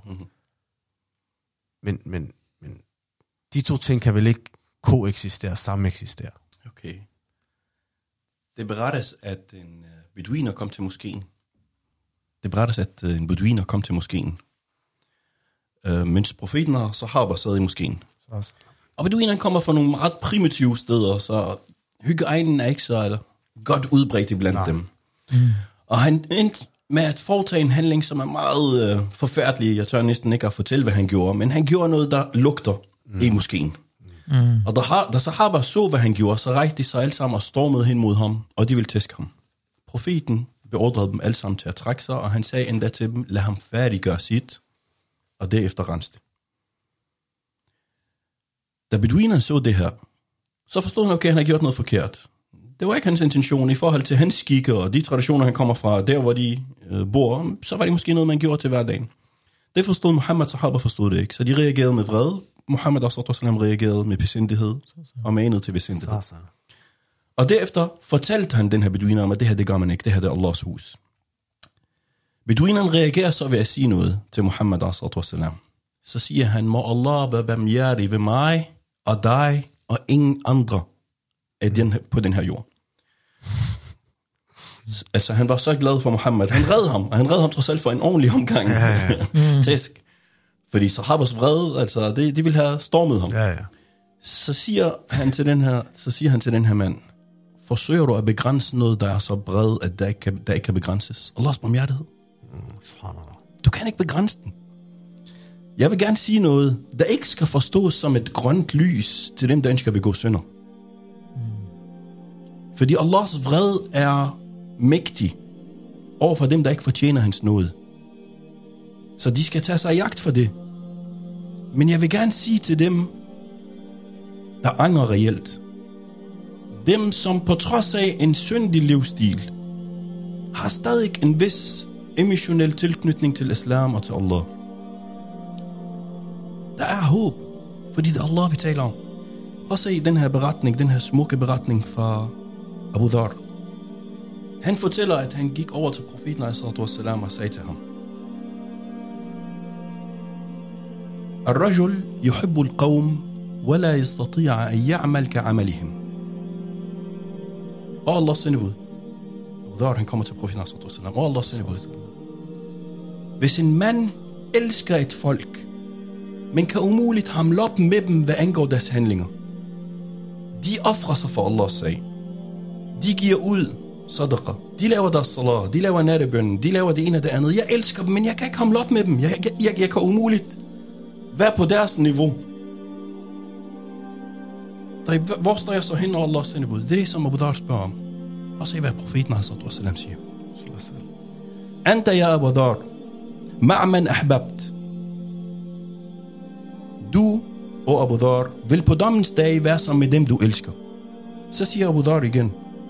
Men de 2 ting kan vel ikke koexistere, sameksistere. Okay. Det berettes, at en beduiner kom til moskeen. Mens profeten og sahaba sad i moskeen. Og beduinerne kommer fra nogle meget primitive steder, så hygiejnen er ikke så godt udbredt iblandt dem. Og han endte med at foretage en handling, som er meget forfærdelig. Jeg tør næsten ikke at fortælle, hvad han gjorde, men han gjorde noget, der lugter i moskeen. Og da sahaba så, hvad han gjorde, så rejste de sig alle sammen og stormede hen mod ham, og de ville tæske ham. Profeten beordrede dem alle sammen til at trække sig, og han sagde endda til dem, lad ham færdiggøre sit, og derefter rense det. Da beduinerne så det her, så forstod han, okay, han har gjort noget forkert. Det var ikke hans intention i forhold til hans skikke og de traditioner, han kommer fra, der hvor de bor, så var det måske noget, man gjorde til hverdagen. Det forstod Muhammed, sahaba forstod det ikke, så de reagerede med vrede. Muhammed reagerede med besindighed og manede til besindighed. Og derefter fortalte han den her beduiner om, at det her, det gør man ikke, det her det er Allahs hus. Beduineren reagerer så ved at sige noget til Muhammed. Så siger han, må Allah være barmhjertig ved mig og dig og ingen andre på den her jord. Altså han var så glad for Muhammed. Han redde ham, og han redde ham trods alt for en ordentlig omgang. Tæsk. Fordi sahabas vrede, altså de ville have stormet ham. Så siger han til den her mand, forsøger du at begrænse noget, der er så bred, at der ikke kan begrænses? Allahs barmhjertighed. Du kan ikke begrænse den. Jeg vil gerne sige noget, der ikke skal forstås som et grønt lys til dem, der ønsker at begå synder. Fordi Allahs vrede er mægtig over for dem, der ikke fortjener hans nåde. Så de skal tage sig i jagt for det. Men jeg vil gerne sige til dem, der angrer reelt, dem som på trods af en syndig livsstil, har stadig en vis emotionel tilknytning til islam og til Allah. Der er håb, fordi det er Allah, vi taler om. Prøv at se den her beretning, den her smukke beretning fra Abu Dhar. Han fortæller, at han gik over til profeten og sagde til ham, الرجل يحب القوم ولا يستطيع أن يعمل كعملهم. Og Allahs sendebud. Abu Dhar, han kommer til profeten og Allahs sendebud. Hvis en mand elsker et folk, men kan umuligt hamle op med dem, hvad angår deres handlinger, de offrer sig for Allahs sag. De giver ud sadaqa. De laver deres salat. De laver nattebønnen. De laver det ene og det andet. Jeg elsker dem, men jeg kan ikke hamle op med dem. Jeg kan umuligt være på deres niveau. Hvor står jeg så hen, når Allah sender bud? Det er det, som Abu Dhar spørger om. Og se, hvad profeten siger. Anta ya Abu Dhar, ma'a man ahbabt. Du og Abu Dhar, vil på dommens dag være sammen med dem, du elsker. Så siger Abu Dhar igen,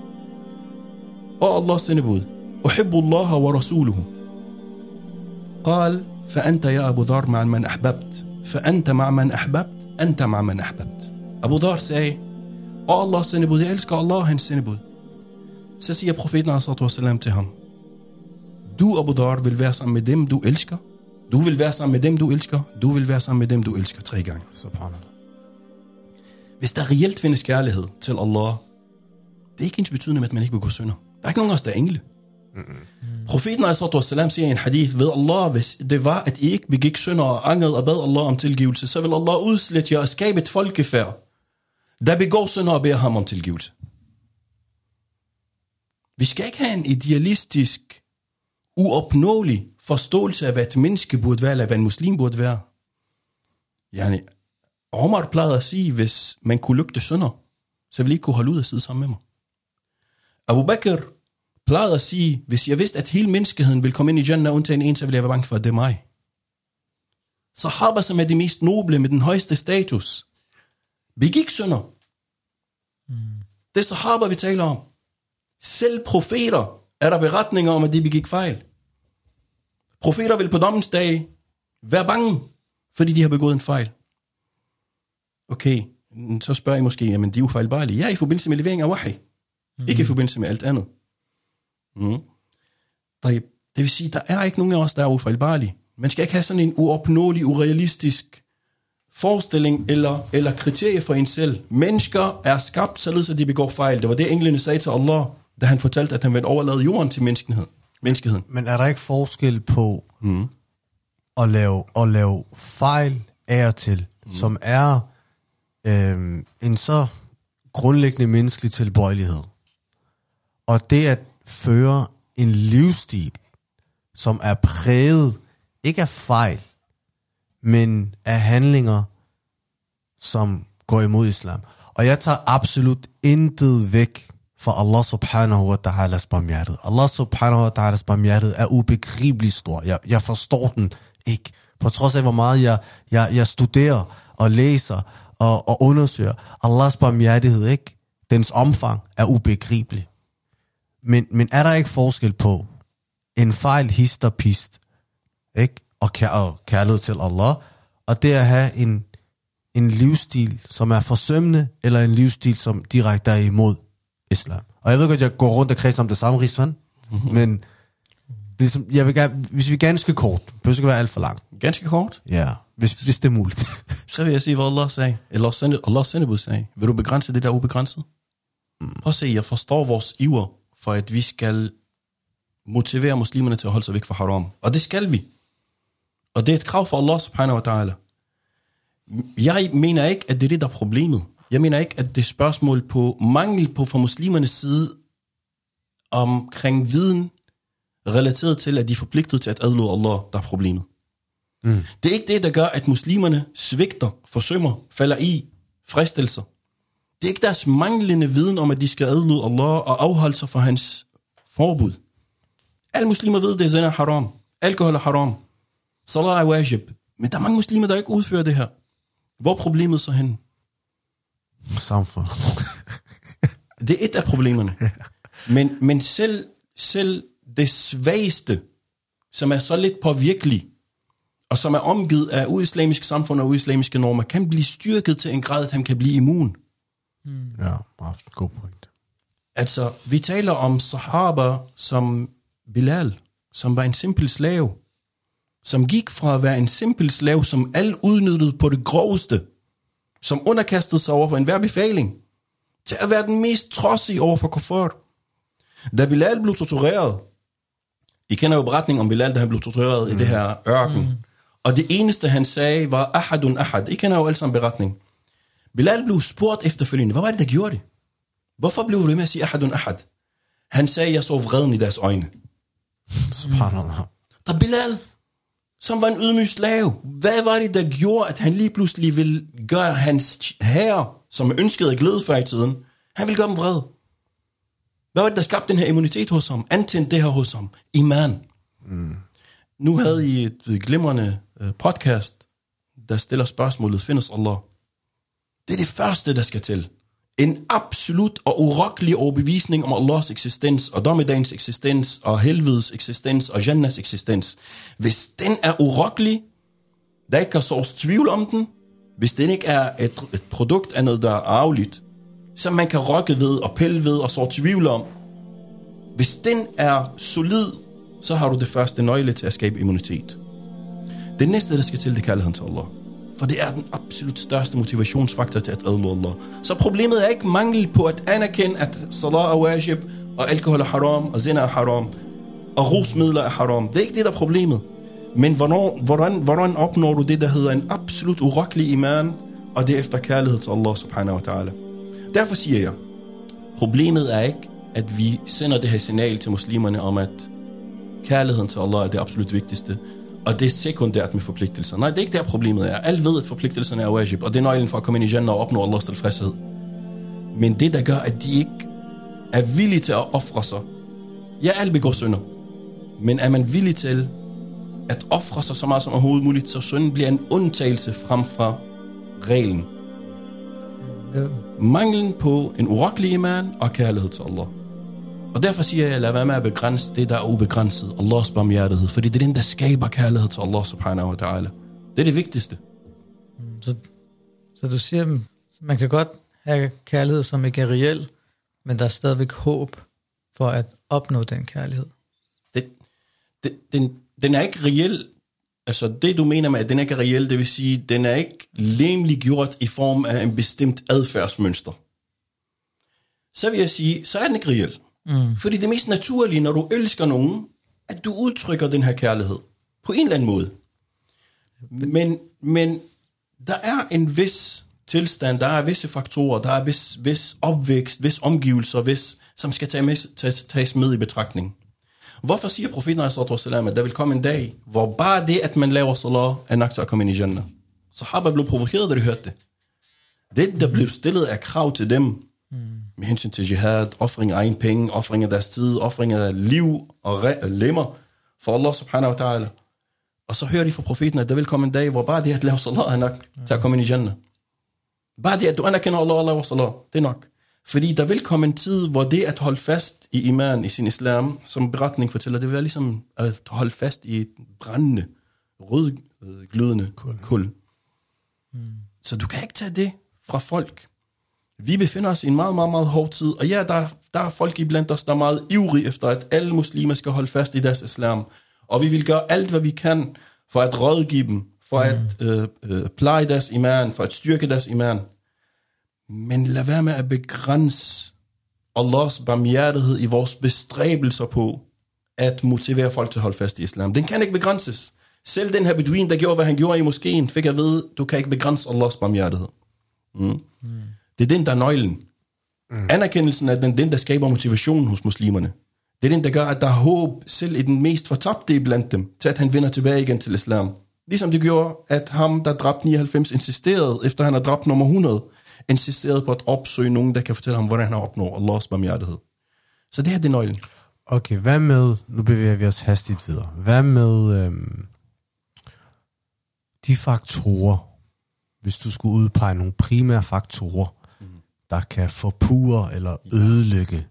og Allahs sendebud, uhibbu Allah wa rasuluhu. قال فأنت يا أبو ذر مع من أحببت فأنت مع من أحببت أنت مع من أحببت. Abu Dhar sagde, og Allahs sendebud, jeg elsker Allah og hans sendebud. Så siger profeten a.s.w. til ham, du Abu Dhar vil være sammen med dem, du elsker. Du vil være sammen med dem, du elsker. Du vil være sammen med dem, du elsker 3 gange. Subhanallah. Hvis der reelt findes kærlighed til Allah, det er ikke ens betydende, at man ikke begår synder. Der er ikke nogen af os, der er engle. Profeten a.s.w. siger i en hadith, ved Allah, hvis det var, at I ikke begik synder og angrede og bad Allah om tilgivelse, så vil Allah udslette jer og skabe et folkefærd, der begår synder og beder ham om tilgivelse. Vi skal ikke have en idealistisk, uopnåelig forståelse af, hvad et menneske burde være, eller hvad en muslim burde være. Yani, Omar plejede at sige, hvis man kunne lugte synder, så ville I ikke kunne holde ud og sidde sammen med mig. Abu Bakr plejede at sige, hvis jeg vidste, at hele menneskeheden ville komme ind i Jannah undtagen en, så ville jeg være bange for, at det er mig. Sahaba, som er de mest noble med den højeste status, begik synder. Det er sahaba, vi taler om. Selv profeter er der beretninger om, at de begik fejl. Profeter vil på dommens dag være bange, fordi de har begået en fejl. Okay, så spørger I måske, jamen de er jo fejlbarlige. Ja, i forbindelse med levering af wahi. Ikke i forbindelse med alt andet. Det vil sige, der er ikke nogen af os, der er ufejlbarlige. Man skal ikke have sådan en uopnåelig, urealistisk forestilling eller kriterie for en selv. Mennesker er skabt, således at de begår fejl. Det var det, englene sagde til Allah, da han fortalte, at han ville overlade jorden til menneskeheden. Men er der ikke forskel på at lave fejl af og til, som er en så grundlæggende menneskelig tilbøjelighed, og det at føre en livsstil, som er præget, ikke af fejl, men af handlinger, som går imod islam. Og jeg tager absolut intet væk fra Allah subhanahu wa ta'alas barmhjertighed. Allah subhanahu wa ta'alas barmhjertighed er ubegribeligt stor. Jeg forstår den ikke. På trods af, hvor meget jeg studerer og læser og undersøger. Allahs barmhjertighed, ikke? Dens omfang er ubegribelig. Men er der ikke forskel på en fejl hist og pist, ikke? Og kærlighed til Allah, og det at have en livsstil, som er forsømmende, eller en livsstil, som direkte er imod islam. Og jeg ved godt, jeg går rundt og kredser om det samme, Rizvan, men ligesom, jeg vil gerne, hvis vi ganske kort, det behøver ikke være alt for langt. Ganske kort? Ja, hvis det er muligt. Så vil jeg sige, hvad Allah sagde, eller Allahs sendebud sagde. Vil du begrænse det der ubegrænset? Prøv at se, jeg forstår vores iver, for at vi skal motivere muslimerne til at holde sig væk fra haram. Og det skal vi. Og det er et krav for Allah subhanahu wa ta'ala. Jeg mener ikke, at det er der er problemet. Jeg mener ikke, at det er spørgsmål på mangel på fra muslimernes side omkring viden relateret til, at de er forpligtet til at adlyde Allah, der er problemet. Det er ikke det, der gør, at muslimerne svigter, forsømmer, falder i fristelser. Det er ikke deres manglende viden om, at de skal adlyde Allah og afholde sig fra hans forbud. Alle muslimer ved, det er zina haram. Alkohol er haram. Salat er wajib. Men der er mange muslimer, der ikke udfører det her. Hvor er problemet så henne? Samfundet. Det er et af problemerne. Men selv det svageste, som er så lidt påvirkelig, og som er omgivet af uislamiske samfund og uislamiske normer, kan blive styrket til en grad, at han kan blive immun. Ja, god point. Altså, vi taler om sahaba som Bilal, som var en simpel slave, som gik fra at være en simpel slave, som alle udnyttede på det groveste, som underkastede sig over for enhver befaling, til at være den mest trodsige over for kuffar. Da Bilal blev tortureret, I kender jo beretningen om Bilal, da han blev tortureret i det her ørken, og det eneste han sagde var ahadun ahad. I kender jo alle sammen beretning. Bilal blev spurgt efterfølgende, hvad var det, der gjorde det? Hvorfor blev du med at sige ahadun ahad? Han sagde, jeg så vreden i deres øjne. Subhanallah. Der Bilal, som var en ydmyg slave, hvad var det, der gjorde, at han lige pludselig ville gøre hans herre, som ønskede glæde før i tiden, han ville gøre dem vred? Hvad var det, der skabte den her immunitet hos ham? Antændte det her hos ham? Iman. Nu havde I et glimrende podcast, der stiller spørgsmålet, findes Allah? Det er det første, der skal til. En absolut og urokkelig overbevisning om Allahs eksistens, og dommedagens eksistens, og helvedes eksistens, og Jannas eksistens. Hvis den er urokkelig, der ikke kan sås tvivl om den, hvis den ikke er et produkt af noget, der er arveligt, som man kan rokke ved og pille ved og så tvivl om, hvis den er solid, så har du det første nøgle til at skabe immunitet. Det næste, der skal til, det er kærligheden til Allah. For det er den absolut største motivationsfaktor til at adle Allah. Så problemet er ikke mangel på at anerkende, at salat er wajib, og alkohol er haram, og zina er haram, og rusmidler er haram. Det er ikke det, der er problemet. Men hvordan opnår du det, der hedder en absolut urokkelig iman, og det er efter kærlighed til Allah subhanahu wa ta'ala. Derfor siger jeg, problemet er ikke, at vi sender det her signal til muslimerne om, at kærligheden til Allah er det absolut vigtigste, og det er sekundært med forpligtelser. Nej, det er ikke der problemet er. Alle ved, at forpligtelserne er wajib, og det er nøglen for at komme ind i Jannah og opnå Allahs tilfredshed. Men det, der gør, at de ikke er villige til at ofre sig. Ja, alle begår synder. Men er man villig til at ofre sig så meget som overhovedet muligt, så synden bliver en undtagelse frem fra reglen. Manglen på en urokkelig iman og kærlighed til Allah. Og derfor siger jeg, lad være med at begrænse det, der er ubegrænset. Allahs barmhjertighed. Fordi det er den, der skaber kærlighed til Allah subhanahu wa ta'ala. Det er det vigtigste. Så du siger, man kan godt have kærlighed, som ikke er reel, men der er stadigvæk håb for at opnå den kærlighed. Den er ikke reel. Altså det, du mener med, at den ikke er reel, det vil sige, den er ikke lemliggjort i form af en bestemt adfærdsmønster. Så vil jeg sige, så er den ikke reel. Fordi det mest naturlige, når du elsker nogen, at du udtrykker den her kærlighed. På en eller anden måde. Men der er en vis tilstand, der er visse faktorer, der er vis opvækst, vis omgivelser, som skal tages med i betragtning. Hvorfor siger profeten at der vil komme en dag, hvor bare det, at man laver salat, er nok til at komme ind i Jannah? Sahaba blev provokeret, da de hørte det. Det, der blev stillet af krav til dem, med hensyn til jihad, offring af egen penge, offring af deres tid, offring af liv og lemmer for Allah subhanahu wa ta'ala. Og så hører de fra profeten, at der vil komme en dag, hvor bare det at lave salat er nok til at komme ind i Jannah. Bare det, at du anerkender Allah og laver salat, det er nok. Fordi der vil komme en tid, hvor det at holde fast i iman, i sin islam, som beretning fortæller, det vil være ligesom at holde fast i et brændende, rødglødende kul. Så du kan ikke tage det fra folk. Vi befinder os i en meget, meget, meget hård tid, og ja, der er folk iblandt os, der er meget ivrige efter, at alle muslimer skal holde fast i deres islam. Og vi vil gøre alt, hvad vi kan, for at rådgive dem, for at pleje deres iman, for at styrke deres iman. Men lad være med at begrænse Allahs barmhjertighed i vores bestræbelser på at motivere folk til at holde fast i islam. Den kan ikke begrænses. Selv den her beduin, der gjorde, hvad han gjorde i moskeen, fik at vide, du kan ikke begrænse Allahs barmhjertighed. Det er den, der er nøglen. Anerkendelsen er den, der skaber motivationen hos muslimerne. Det er den, der gør, at der er håb selv i den mest fortabte blandt dem, til at han vender tilbage igen til islam. Ligesom det gjorde, at ham, der dræbte 99, insisterede, efter han har dræbt nummer 100, insisterede på at opsøge nogen, der kan fortælle ham, hvordan han opnår Allahs barmhjertighed. Så det her, det er nøglen. Okay, hvad med, nu bevæger vi os hastigt videre, hvad med de faktorer, hvis du skulle udpege nogle primære faktorer, der kan forpure eller ødelægge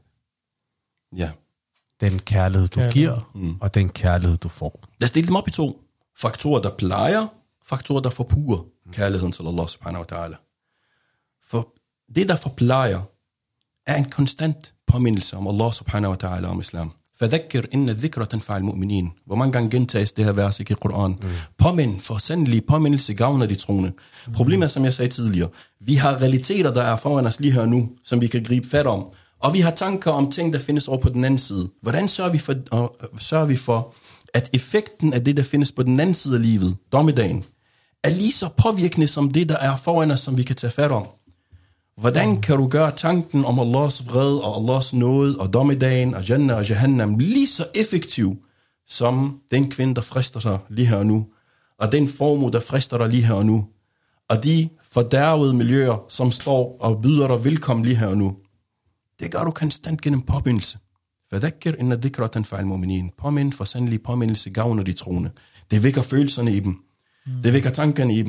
den kærlighed, du giver, og den kærlighed, du får. Lad os dele dem op i 2. Faktorer, der plejer, faktorer, der forpurer kærligheden til Allah subhanahu wa ta'ala. For det, der forplejer, er en konstant påmindelse om Allah subhanahu wa ta'ala, om islam. فَذَكِّرْ إِنَّ الذِّكْرَ تَنْفَعَ الْمُؤْمِنِينَ. Hvor mange gange gentages det her vers i Koran? Påmind, for sandelig påmindelse gavner de troende. Problemet er, som jeg sagde tidligere, vi har realiteter, der er foran os lige her nu, som vi kan gribe fat om. Og vi har tanker om ting, der findes over på den anden side. Hvordan sørger vi for, at effekten af det, der findes på den anden side af livet, dommedagen, er lige så påvirkende som det, der er foran os, som vi kan tage fat om? Hvordan kan du gøre tanken om Allahs vred og Allahs nåde og dommedagen og Jannah og Jahannam lige så effektiv som den kvinde, der frister sig lige her og nu, og den formue, der frister dig lige her og nu, og de fordærvede miljøer, som står og byder dig velkommen lige her og nu? Det gør du konstant gennem påmindelse. فَذَكِّرْ إِنَّ الذِّكْرَ تَنْفَعَ الْمُؤْمِنِينَ. Påmind, for sandelig påmindelse gavner de troende. Det vækker følelserne i dem. Det vækker tankerne i dem.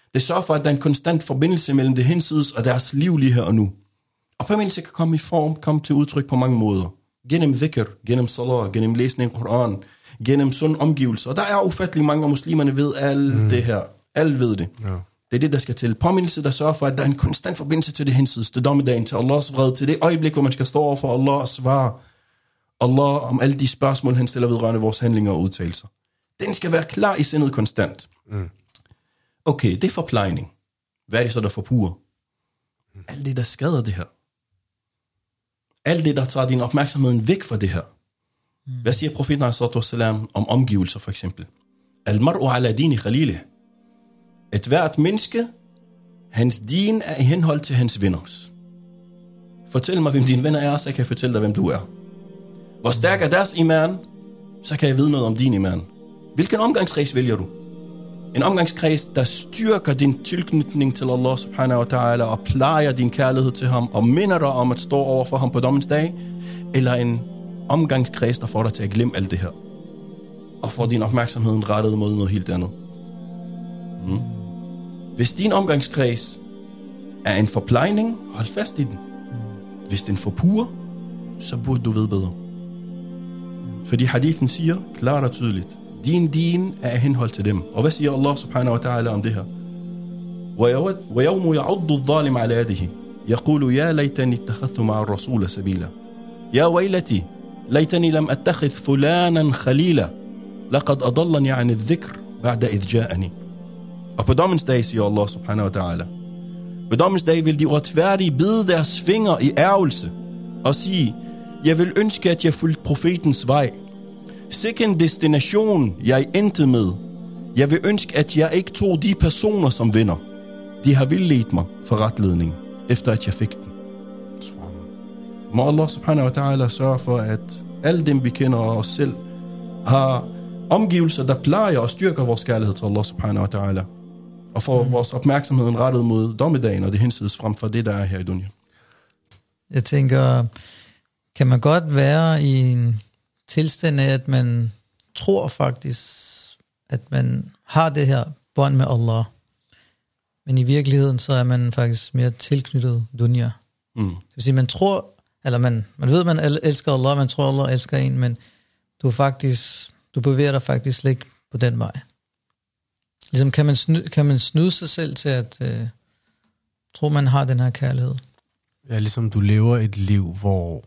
Det sørger for, at der er en konstant forbindelse mellem det hinsides og deres liv lige her og nu. Og påmindelse kan komme til udtryk på mange måder. Gennem dhikr, gennem salat, gennem læsning af Koran, gennem sunde omgivelser. Og der er ufattelig mange af muslimerne ved alt det her. Alle ved det. Ja. Det er det, der skal til. Påmindelse, der sørger for, at der er en konstant forbindelse til det hinsides, til dommedagen, til Allahs vrede, til det øjeblik, hvor man skal stå over for Allah og svare Allah om alle de spørgsmål, han stiller vedrørende vores handlinger og udtalelser. Den skal være klar i sindet konstant. Okay, det er forplejning. Hvad er det så, der forpurer? Alt det, der skader det her. Alt det, der tager din opmærksomhed væk fra det her. Hvad siger profeten sallallahu om omgivelser, for eksempel? Al-mar'u ala dini khalilih. Et hvert menneske, hans din er i henhold til hans venners. Fortæl mig, hvem dine venner er, så kan jeg fortælle dig, hvem du er. Hvor stærk er deres iman, så kan jeg vide noget om din iman. Hvilken omgangskreds vælger du? En omgangskreds, der styrker din tilknytning til Allah subhanahu wa ta'ala og plejer din kærlighed til ham og minder dig om at stå over for ham på dommens dag, eller en omgangskreds, der får dig til at glemme alt det her og får din opmærksomhed rettet mod noget helt andet. Hvis din omgangskreds er en forplejning, hold fast i den. Hvis den forpurer, så burde du vide bedre. Fordi hadithen siger klart og tydeligt, din er i henhold til dem. Og hvad siger Allah subhanahu wa ta'ala om det her? وَيَوْمُ يَعُضُّ الظَّالِمَ عَلَى يَدِهِ يَقُولُ يَا لَيْتَنِي اتَّخَذْتُ مَعَ الرَّسُولَ سَبِيلًا يَا وَيْلَتِي لَيْتَنِي لَمْ أَتَّخِذْ فُلَانًا خَلِيلًا لَقَدْ أَضَلَّنِي عَنِ الذِّكْرِ بَعْدَ إِذْ جَاءَنِي. Og på dommens dag, siger Allah subhanahu wa ta'ala, på dommens dag vil de uretfærdige bide deres fingre i ærgelse og sige, jeg vil ønske, at jeg fulgte profetens vej. Sikke en destination, jeg endte med. Jeg vil ønske, at jeg ikke tog de personer som venner. De har vildledt mig for retledning, efter at jeg fik den. Må Allah subhanahu wa ta'ala sørge for, at alle dem, vi kender os selv, har omgivelser, der plejer og styrker vores kærlighed til Allah subhanahu wa ta'ala. Og får vores opmærksomhed rettet mod dommedagen og det hinsides frem for det, der er her i dunya. Jeg tænker, kan man godt være i en tilstand af, at man tror faktisk, at man har det her bånd med Allah, men i virkeligheden så er man faktisk mere tilknyttet dunya. Det vil sige, man tror, eller man ved, man elsker Allah, man tror, Allah elsker en, men du bevæger dig faktisk slet ikke på den vej. Ligesom kan man snyde sig selv til at tro, man har den her kærlighed. Ja, ligesom du lever et liv, hvor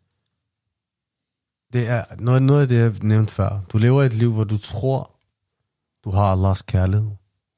det er noget af det, jeg nævnte før. Du lever et liv, hvor du tror, du har Allahs kærlighed.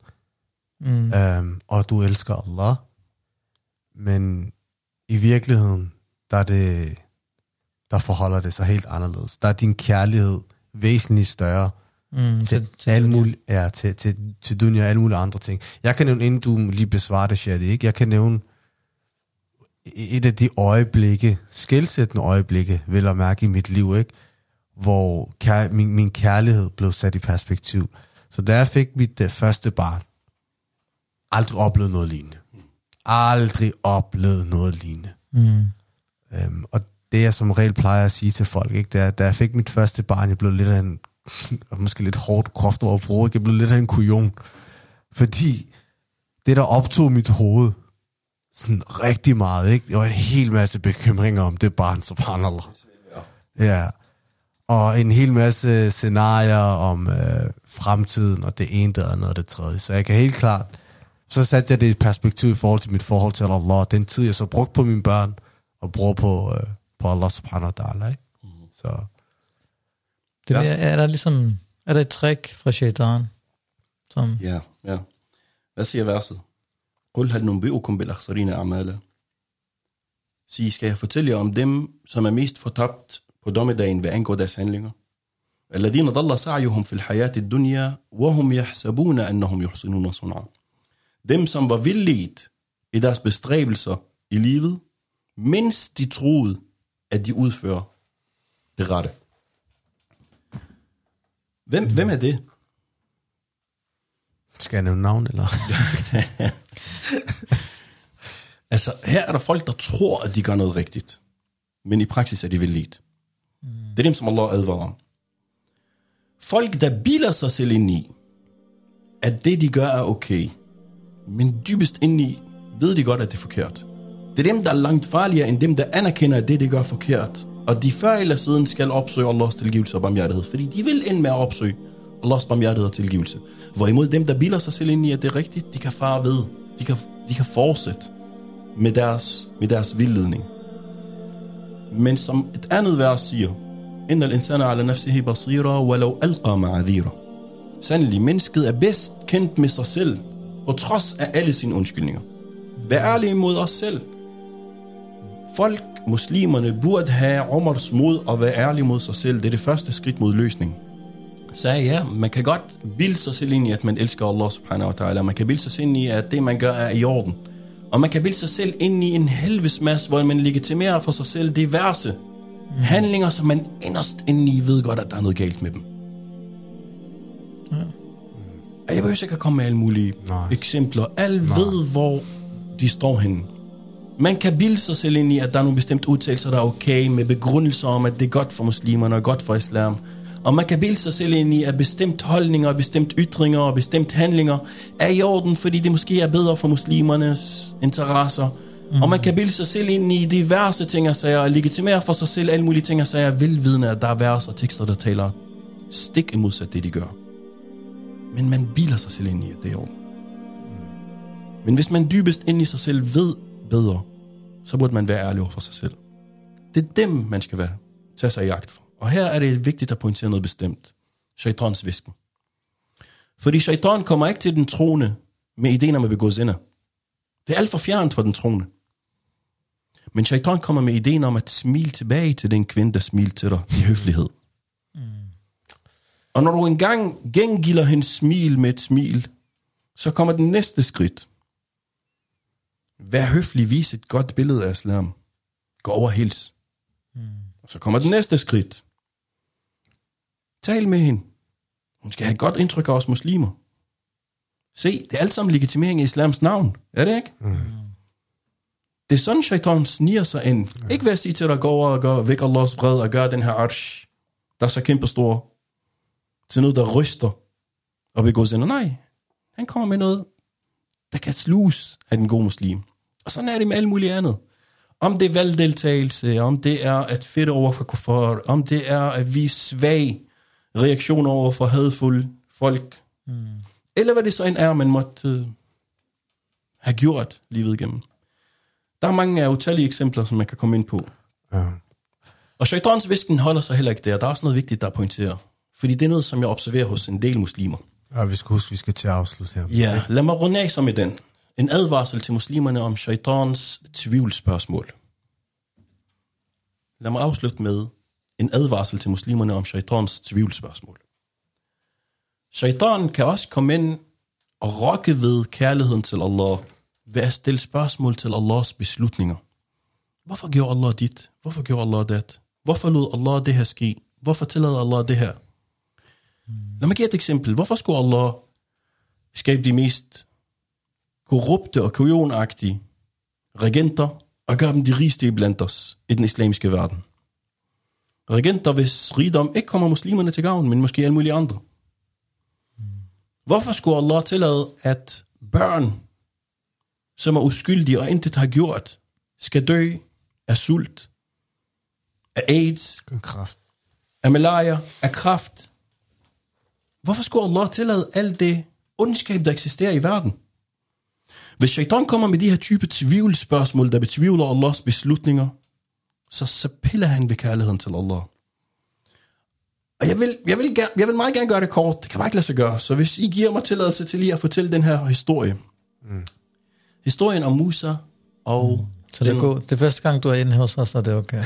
Og du elsker Allah. Men i virkeligheden, der forholder det sig helt anderledes. Der er din kærlighed væsentligt større til alle mulige, til dunya og alle mulige andre ting. Jeg kan nævne, inden du lige besvarer det, Shadi, ikke? Jeg kan nævne et af de øjeblikke, skelsættende øjeblikke, vil jeg mærke i mit liv, ikke? Hvor min kærlighed blev sat i perspektiv. Så da jeg fik mit første barn, aldrig oplevet noget lignende. Aldrig oplevet noget lignende. Og det jeg som regel plejer at sige til folk, ikke? Da jeg fik mit første barn, jeg blev lidt af en, måske lidt hårdt, groft over brug, jeg blev lidt af en kujon. Fordi det, der optog mit hoved, sådan rigtig meget, ikke? Det var en hel masse bekymringer om det barn, subhanallah. Ja. Og en hel masse scenarier om fremtiden, og det ene, det andet og det tredje. Så jeg kan helt klart, så satte jeg det i perspektiv i forhold til mit forhold til Allah, den tid, jeg så brugte på mine børn, og bruger på Allah subhanahu wa ta'ala, ikke? Så. Det er der et trick fra shaitan? Som... Ja. Hvad siger verset? Qul hal nunbi'ukum bil akhsarina a'mala. Sig, skal jeg fortælle jer om dem, som er mest fortabt på dommedagen, hvad angår deres handlinger? Alladhina dalla sa'yuhum fil hayati ad-dunya wa hum yahsabuna annahum yuhsinuna sun'a. Dem, som var vildledt i deres bestræbelser i livet, mens de troede, at de udfører det rette. Hvem er det? Skal jeg nævne navn, eller? Altså, her er der folk, der tror, at de gør noget rigtigt. Men i praksis er de vildledt. Det er dem, som Allah advarer om. Folk, der bilder sig selv ind i, at det, de gør, er okay. Men dybest indeni ved de godt, at det er forkert. Det er dem, der er langt farligere end dem, der anerkender, at det, de gør forkert. Og de før eller siden skal opsøge Allahs tilgivelse og barmhjertighed. Fordi de vil ende med at opsøge Allahs barmhjertighed og tilgivelse. Hvorimod dem, der bilder sig selv ind i, at det er rigtigt, de kan fare ved. De kan fortsætte med deres vildledning. Men som et andet vers siger, Inna al-insana ala nafsihi basira, walau alqa ma'adhira. Sandelig, mennesket er bedst kendt med sig selv, på trods af alle sine undskyldninger. Vær ærlig mod os selv. Folk, muslimerne, burde have Omars mod og være ærlige mod sig selv. Det er det første skridt mod løsning. Så ja, man kan godt bilde sig selv ind i, at man elsker Allah subhanahu wa ta'ala. Man kan bilde sig selv ind i, at det man gør er i orden. Og man kan bilde sig selv ind i en helvedes masse, hvor man legitimerer for sig selv diverse handlinger, som man inderst inde i ved godt, at der er noget galt med dem. Jeg behøver ikke at komme med alle mulige eksempler. Alle ved, hvor de står henne. Man kan bilde sig selv ind i, at der er nogle bestemte udtalelser, der er okay, med begrundelser om, at det er godt for muslimerne og godt for islam. Og man kan bilde sig selv ind i, at bestemt holdninger, bestemt ytringer og bestemt handlinger er i orden, fordi det måske er bedre for muslimernes interesser. Og man kan bilde sig selv ind i diverse ting og sager, og legitimere for sig selv alle mulige ting og sager, velvidende, at der er vers og tekster, der taler stik modsat det, de gør. Men man bilder sig selv ind i, at det er i orden. Men hvis man dybest ind i sig selv ved bedre, så burde man være ærlig over for sig selv. Det er dem, man skal tage sig i agt for. Og her er det vigtigt at pointere noget bestemt. Shaitans visken. Fordi shaitan kommer ikke til den troende med ideen om at begå synder. Det er alt for fjernt for den troende. Men shaitan kommer med ideen om at smile tilbage til den kvinde, der smiler til dig i høflighed. Og når du engang gengilder hendes smil med et smil, så kommer den næste skridt. Vær høflig, vis et godt billede af islam. Gå over og hils. Og så kommer den næste skridt. Tal med hende. Hun skal have et godt indtryk af os muslimer. Se, det er alt sammen legitimering i islams navn. Er det ikke? Det er sådan, shaitan sniger sig ind. Ikke ved at sige til dig, gå over og gør væk Allahs fred og gør den her arsh, der er så kæmpe stor, til noget, der ryster og begår synder. Nej, han kommer med noget, der kan sluges af den gode muslim. Og sådan er det med alt muligt andet. Om det er valgdeltagelse, om det er at fedte over for kuffar, om det er at vise svag reaktioner over for hadfulde folk, eller hvad det så end er, man måtte have gjort livet igennem. Der er mange utallige eksempler, som man kan komme ind på. Ja. Og shaitans visken holder sig heller ikke der. Der er også noget vigtigt, der pointerer. Fordi det er noget, som jeg observerer hos en del muslimer. Ja, vi skal huske, vi skal til at afslutte her. Ja, lad mig runde af så med den. En advarsel til muslimerne om shaitans tvivlsspørgsmål. Lad mig afslutte med en advarsel til muslimerne om shaitans tvivlsspørgsmål. Shaitan kan også komme ind og rokke ved kærligheden til Allah, ved at stille spørgsmål til Allahs beslutninger. Hvorfor gjorde Allah dit? Hvorfor gjorde Allah det? Hvorfor lod Allah det her ske? Hvorfor tillader Allah det her? Lad mig give et eksempel. Hvorfor skulle Allah skabe de mest korrupte og kujonagtige regenter og gøre dem de rigeste blandt os i den islamiske verden? Regenter, hvis rigdom ikke kommer muslimerne til gavn, men måske alle mulige andre. Hvorfor skulle Allah tillade, at børn, som er uskyldige og intet har gjort, skal dø af sult, af AIDS, af malaria, af kræft? Hvorfor skulle Allah tillade alt det ondskab, der eksisterer i verden? Hvis shaitan kommer med de her type tvivlsspørgsmål, der betvivler Allahs beslutninger, så piller han ved kærligheden til Allah. Og jeg vil meget gerne gøre det kort. Det kan bare ikke lade sig gøre. Så hvis I giver mig tilladelse til lige at fortælle den her historie. Historien om Musa og... Så det er første gang, du er inde hos os, så det er okay.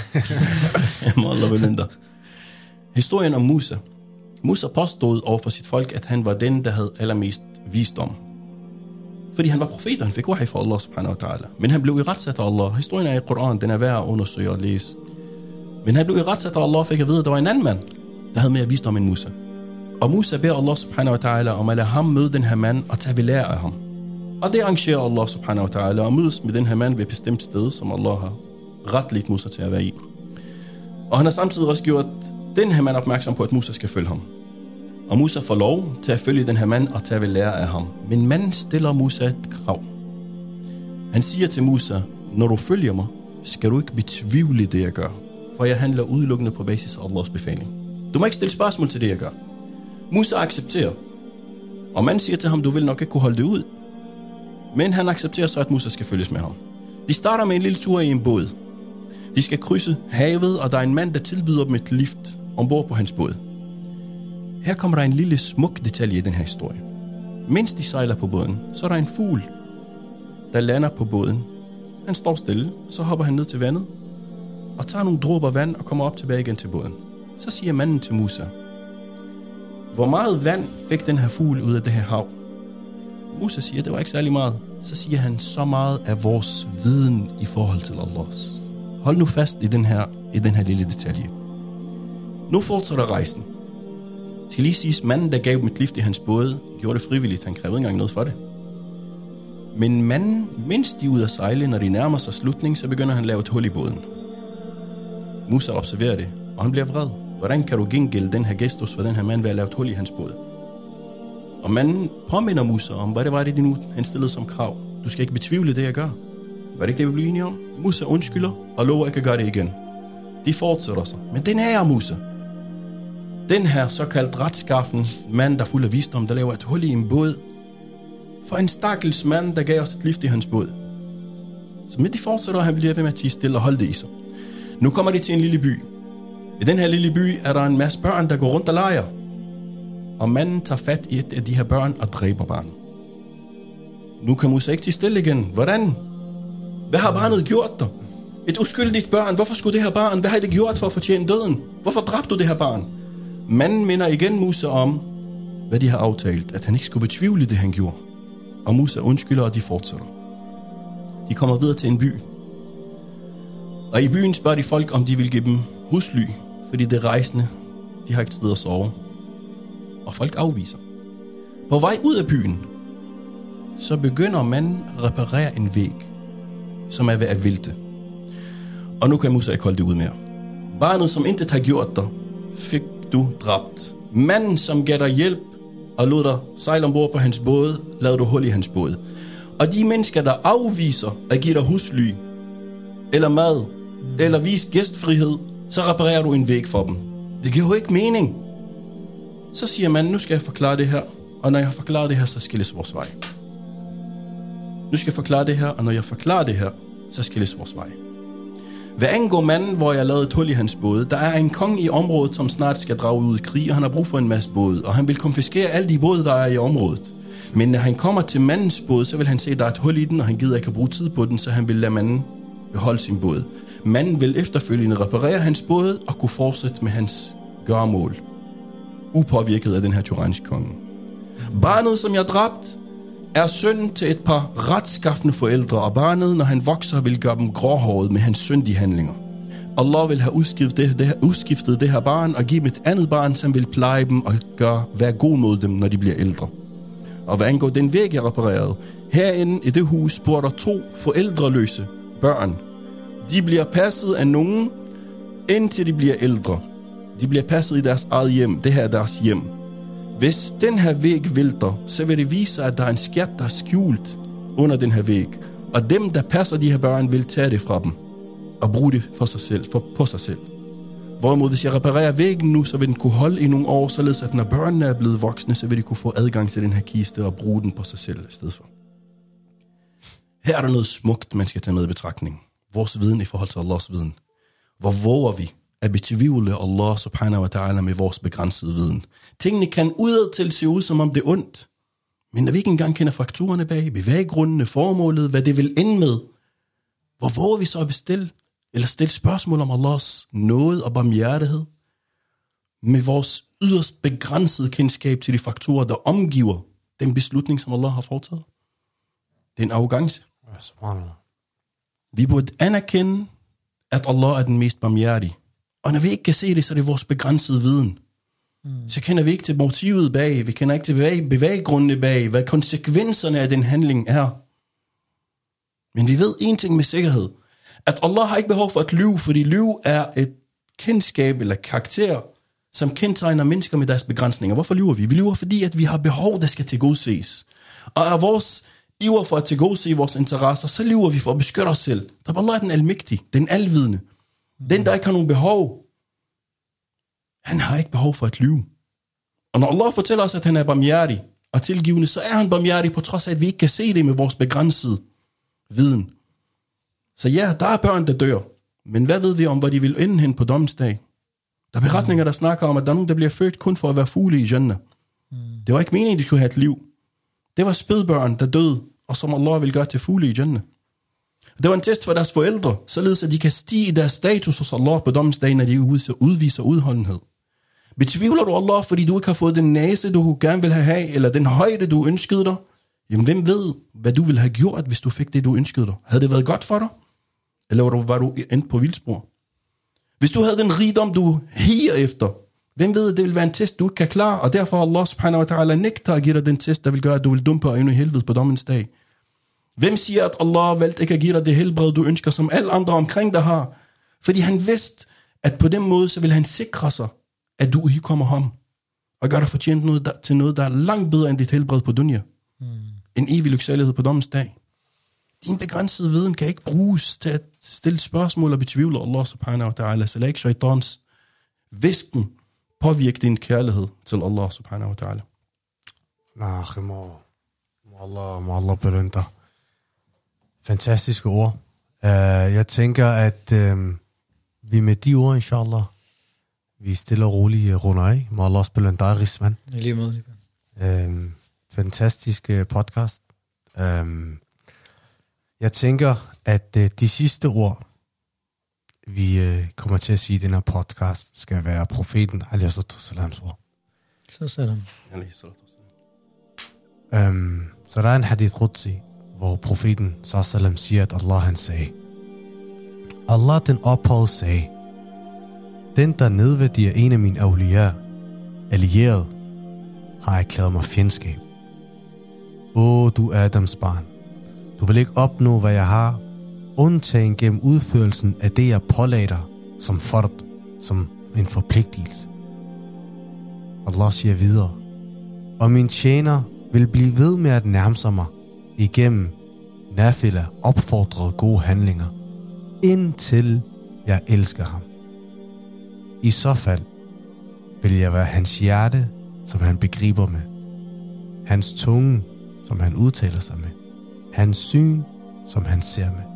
Historien om Musa. Musa påstod over for sit folk, at han var den, der havde allermest visdom. Fordi han var profet, og han fik wahi fra Allah subhanahu wa ta'ala. Men han blev iretsat af Allah. Historien er i Koran, den er værd at undersøge og læse. Men han blev iretsat af Allah, fik at vide, at der var en anden mand, der havde mere visdom end Musa. Og Musa beder Allah subhanahu wa ta'ala om at lade ham møde den her mand og tage ved lære af ham. Og det arrangerer Allah subhanahu wa ta'ala og mødes med den her mand ved et bestemt sted, som Allah har retligt Musa til at være i. Og han har samtidig også gjort den her mand opmærksom på, at Musa skal følge ham. Og Musa får lov til at følge den her mand og tage ved lære af ham. Men manden stiller Musa et krav. Han siger til Musa, når du følger mig, skal du ikke betvivle det, jeg gør. For jeg handler udelukkende på basis af Allahs befaling. Du må ikke stille spørgsmål til det, jeg gør. Musa accepterer. Og manden siger til ham, du vil nok ikke kunne holde det ud. Men han accepterer så, at Musa skal følges med ham. De starter med en lille tur i en båd. De skal krydse havet, og der er en mand, der tilbyder dem et lift ombord på hans båd. Her kommer der en lille smuk detalje i den her historie. Mens de sejler på båden, så er der en fugl, der lander på båden. Han står stille, så hopper han ned til vandet, og tager nogle dråber vand og kommer op tilbage igen til båden. Så siger manden til Musa, hvor meget vand fik den her fugl ud af det her hav? Musa siger, det var ikke særlig meget. Så siger han, så meget af vores viden i forhold til Allahs. Hold nu fast i den her lille detalje. Nu fortsætter rejsen. Det skal lige siges, manden, der gav dem et lift i hans båd, gjorde det frivilligt. Han krævede ikke engang noget for det. Men manden, mens de er ude at sejle, når de nærmer sig slutningen, så begynder han at lave et hul i båden. Musa observerer det, og han bliver vred. Hvordan kan du gengælde den her gestus for den her mand ved at lave et hul i hans båd? Og manden påminder Musa om, hvad det var det nu, han stillede som krav. Du skal ikke betvivle det, jeg gør. Var det ikke det, vi blev enige om? Musa undskylder og lover ikke at gøre det igen. De fortsætter sig. Men den her Musa, den her såkaldt retskaffen mand, der er fuld af visdom, der laver et hul i en båd, for en stakkels mand, der gav os et lift i hans båd. Så midt de fortsætter, og han bliver ved med at tige stille og holde det i sig. Nu kommer de til en lille by. I den her lille by er der en masse børn, der går rundt og leger. Og manden tager fat i et af de her børn og dræber barnet. Nu kan Musa ikke tige stille igen. Hvordan? Hvad har barnet gjort dig? Et uskyldigt barn. Hvorfor skulle det her barn? Hvad har det gjort for at fortjene døden? Hvorfor dræbte du det her barn? Manden minder igen Musa om, hvad de har aftalt. At han ikke skulle betvivle det, han gjorde. Og Musa undskylder, og de fortsætter. De kommer videre til en by. Og i byen spørger de folk, om de vil give dem husly. Fordi det er rejsende. De har ikke sted at sove. Og folk afviser. På vej ud af byen, så begynder manden at reparere en væg, som er ved at vælte. Og nu kan Musa ikke holde det ud mere. Barnet, som intet har gjort dig, fik du dræbt. Manden, som gav dig hjælp og lod dig sejle ombord på hans båd, lavede du hul i hans båd. Og de mennesker, der afviser at give dig husly, eller mad, eller vis gæstfrihed, så reparerer du en væg for dem. Det giver jo ikke mening. Så siger man, nu skal jeg forklare det her, og når jeg har forklaret det her, så skilles vores vej. Nu skal jeg forklare det her, og når jeg forklarer det her, så skilles vores vej. Hvad angår manden, hvor jeg lavede et hul i hans båd, der er en konge i området, som snart skal drage ud i krig, og han har brug for en masse båd, og han vil konfiskere alle de både, der er i området. Men når han kommer til mandens båd, så vil han se, at der er et hul i den, og han gider ikke at bruge tid på den, så han vil lade manden beholde sin båd. Manden vil efterfølgende reparere hans båd og kunne fortsætte med hans gøremål, upåvirket af den her tyranniske konge. Barnet, som jeg dræbt, er søn til et par retskaffende forældre, og barnet, når han vokser, vil gøre dem gråhåret med hans syndige handlinger. Allah vil have udskiftet det her barn og give dem et andet barn, som vil pleje dem og være god mod dem, når de bliver ældre. Og hvad angår den væg, jeg reparerede, herinde i det hus bor der 2 forældreløse børn. De bliver passet af nogen, indtil de bliver ældre. De bliver passet i deres eget hjem. Det her er deres hjem. Hvis den her væg vælter, så vil det vise, at der er en skat, der er skjult under den her væg. Og dem, der passer de her børn, vil tage det fra dem og bruge det for sig selv, på sig selv. Hvorimod, hvis jeg reparerer væggen nu, så vil den kunne holde i nogle år, således at når børnene er blevet voksne, så vil de kunne få adgang til den her kiste og bruge den på sig selv i stedet for. Her er der noget smukt, man skal tage med i betragtning. Vores viden i forhold til Allahs viden. Hvor våger vi at betvivle Allah subhanahu wa ta'ala med vores begrænsede viden? Tingene kan udadtil se ud, som om det er ondt. Men når vi ikke engang kender faktorerne bag, bevæggrundene, formålet, hvad det vil ende med, hvor våger vi så at stille spørgsmål om Allahs nåde og barmhjertighed med vores yderst begrænsede kendskab til de faktorer, der omgiver den beslutning, som Allah har foretaget? Det er en arrogance. Vi burde anerkende, at Allah er den mest barmhjertige. Og når vi ikke kan se det, så er det vores begrænsede viden. Så kender vi ikke til motivet bag, vi kender ikke til bevæggrundene bag, hvad konsekvenserne af den handling er. Men vi ved en ting med sikkerhed, at Allah har ikke behov for at lyve, fordi lyve er et kendskab eller karakter, som kendetegner mennesker med deres begrænsninger. Hvorfor lyver vi? Vi lyver, fordi at vi har behov, der skal tilgodeses. Og er vores iver for at tilgodese vores interesser, så lyver vi for at beskytte os selv. Der er Allah den almægtige, den alvidende. Den, der ikke har nogen behov, han har ikke behov for at lyve. Og når Allah fortæller os, at han er barmhjertig og tilgivende, så er han barmhjertig på trods af, at vi ikke kan se det med vores begrænsede viden. Så ja, der er børn, der dør. Men hvad ved vi om, hvor de vil ende hen på dommens dag? Der er beretninger, der snakker om, at der er nogen, der bliver født kun for at være fugle i Jannah. Det var ikke meningen, de skulle have et liv. Det var spædbørn, der døde, og som Allah vil gøre til fugle i Jannah. Det var en test for deres forældre, således at de kan stige i deres status hos Allah på dommens dag, når de udviser udholdenhed. Betvivler du Allah, fordi du ikke har fået den næse, du gerne vil have, eller den højde, du ønskede dig? Jamen, hvem ved, hvad du ville have gjort, hvis du fik det, du ønskede dig? Havde det været godt for dig? Eller var du endt på vildspor? Hvis du havde den rigdom, du higer efter, hvem ved, at det vil være en test, du ikke kan klare, og derfor har Allah subhanahu wa ta'ala nægter at give dig den test, der vil gøre, at du vil dumpe og endnu i helvede på dommens dag. Hvem siger, at Allah valgte ikke at give dig det helbred, du ønsker, som alle andre omkring dig har? Fordi han vidste, at på den måde, så vil han sikre sig, at du ikke kommer ham, og gør dig fortjent til noget, der er langt bedre end dit helbred på dunya. En evig lyksalighed på dommens dag. Din begrænsede viden kan ikke bruges til at stille spørgsmål og betvivle Allah subhanahu wa ta'ala, så lad ikke shaitans væsken påvirke din kærlighed til Allah subhanahu wa ta'ala. Må Allah belønne dig. Fantastiske ord. Jeg tænker, at vi med de ord, inshallah, vi stille og roligt runder af. Må Allah belønne dig, Rizwan. I lige måde. Fantastisk podcast. Jeg tænker, at de sidste ord, vi kommer til at sige i den her podcast, skal være profeten alaihi salams ord. Salam. Så der er en hadith qudsi, hvor profeten sallam siger, at Allah han sagde, Allah den ophøjede sagde, den der nedværdiger en af mine allierede, har erklæret mig fjendskab. Du Adams barn, du vil ikke opnå, hvad jeg har, undtagen gennem udførelsen af det, jeg pålagde dig som fard, som en forpligtelse. Allah siger videre, og min tjener vil blive ved med at nærme sig mig igennem nafila opfordrede gode handlinger, indtil jeg elsker ham. I så fald vil jeg være hans hjerte, som han begriber med, hans tunge, som han udtaler sig med, hans syn, som han ser med.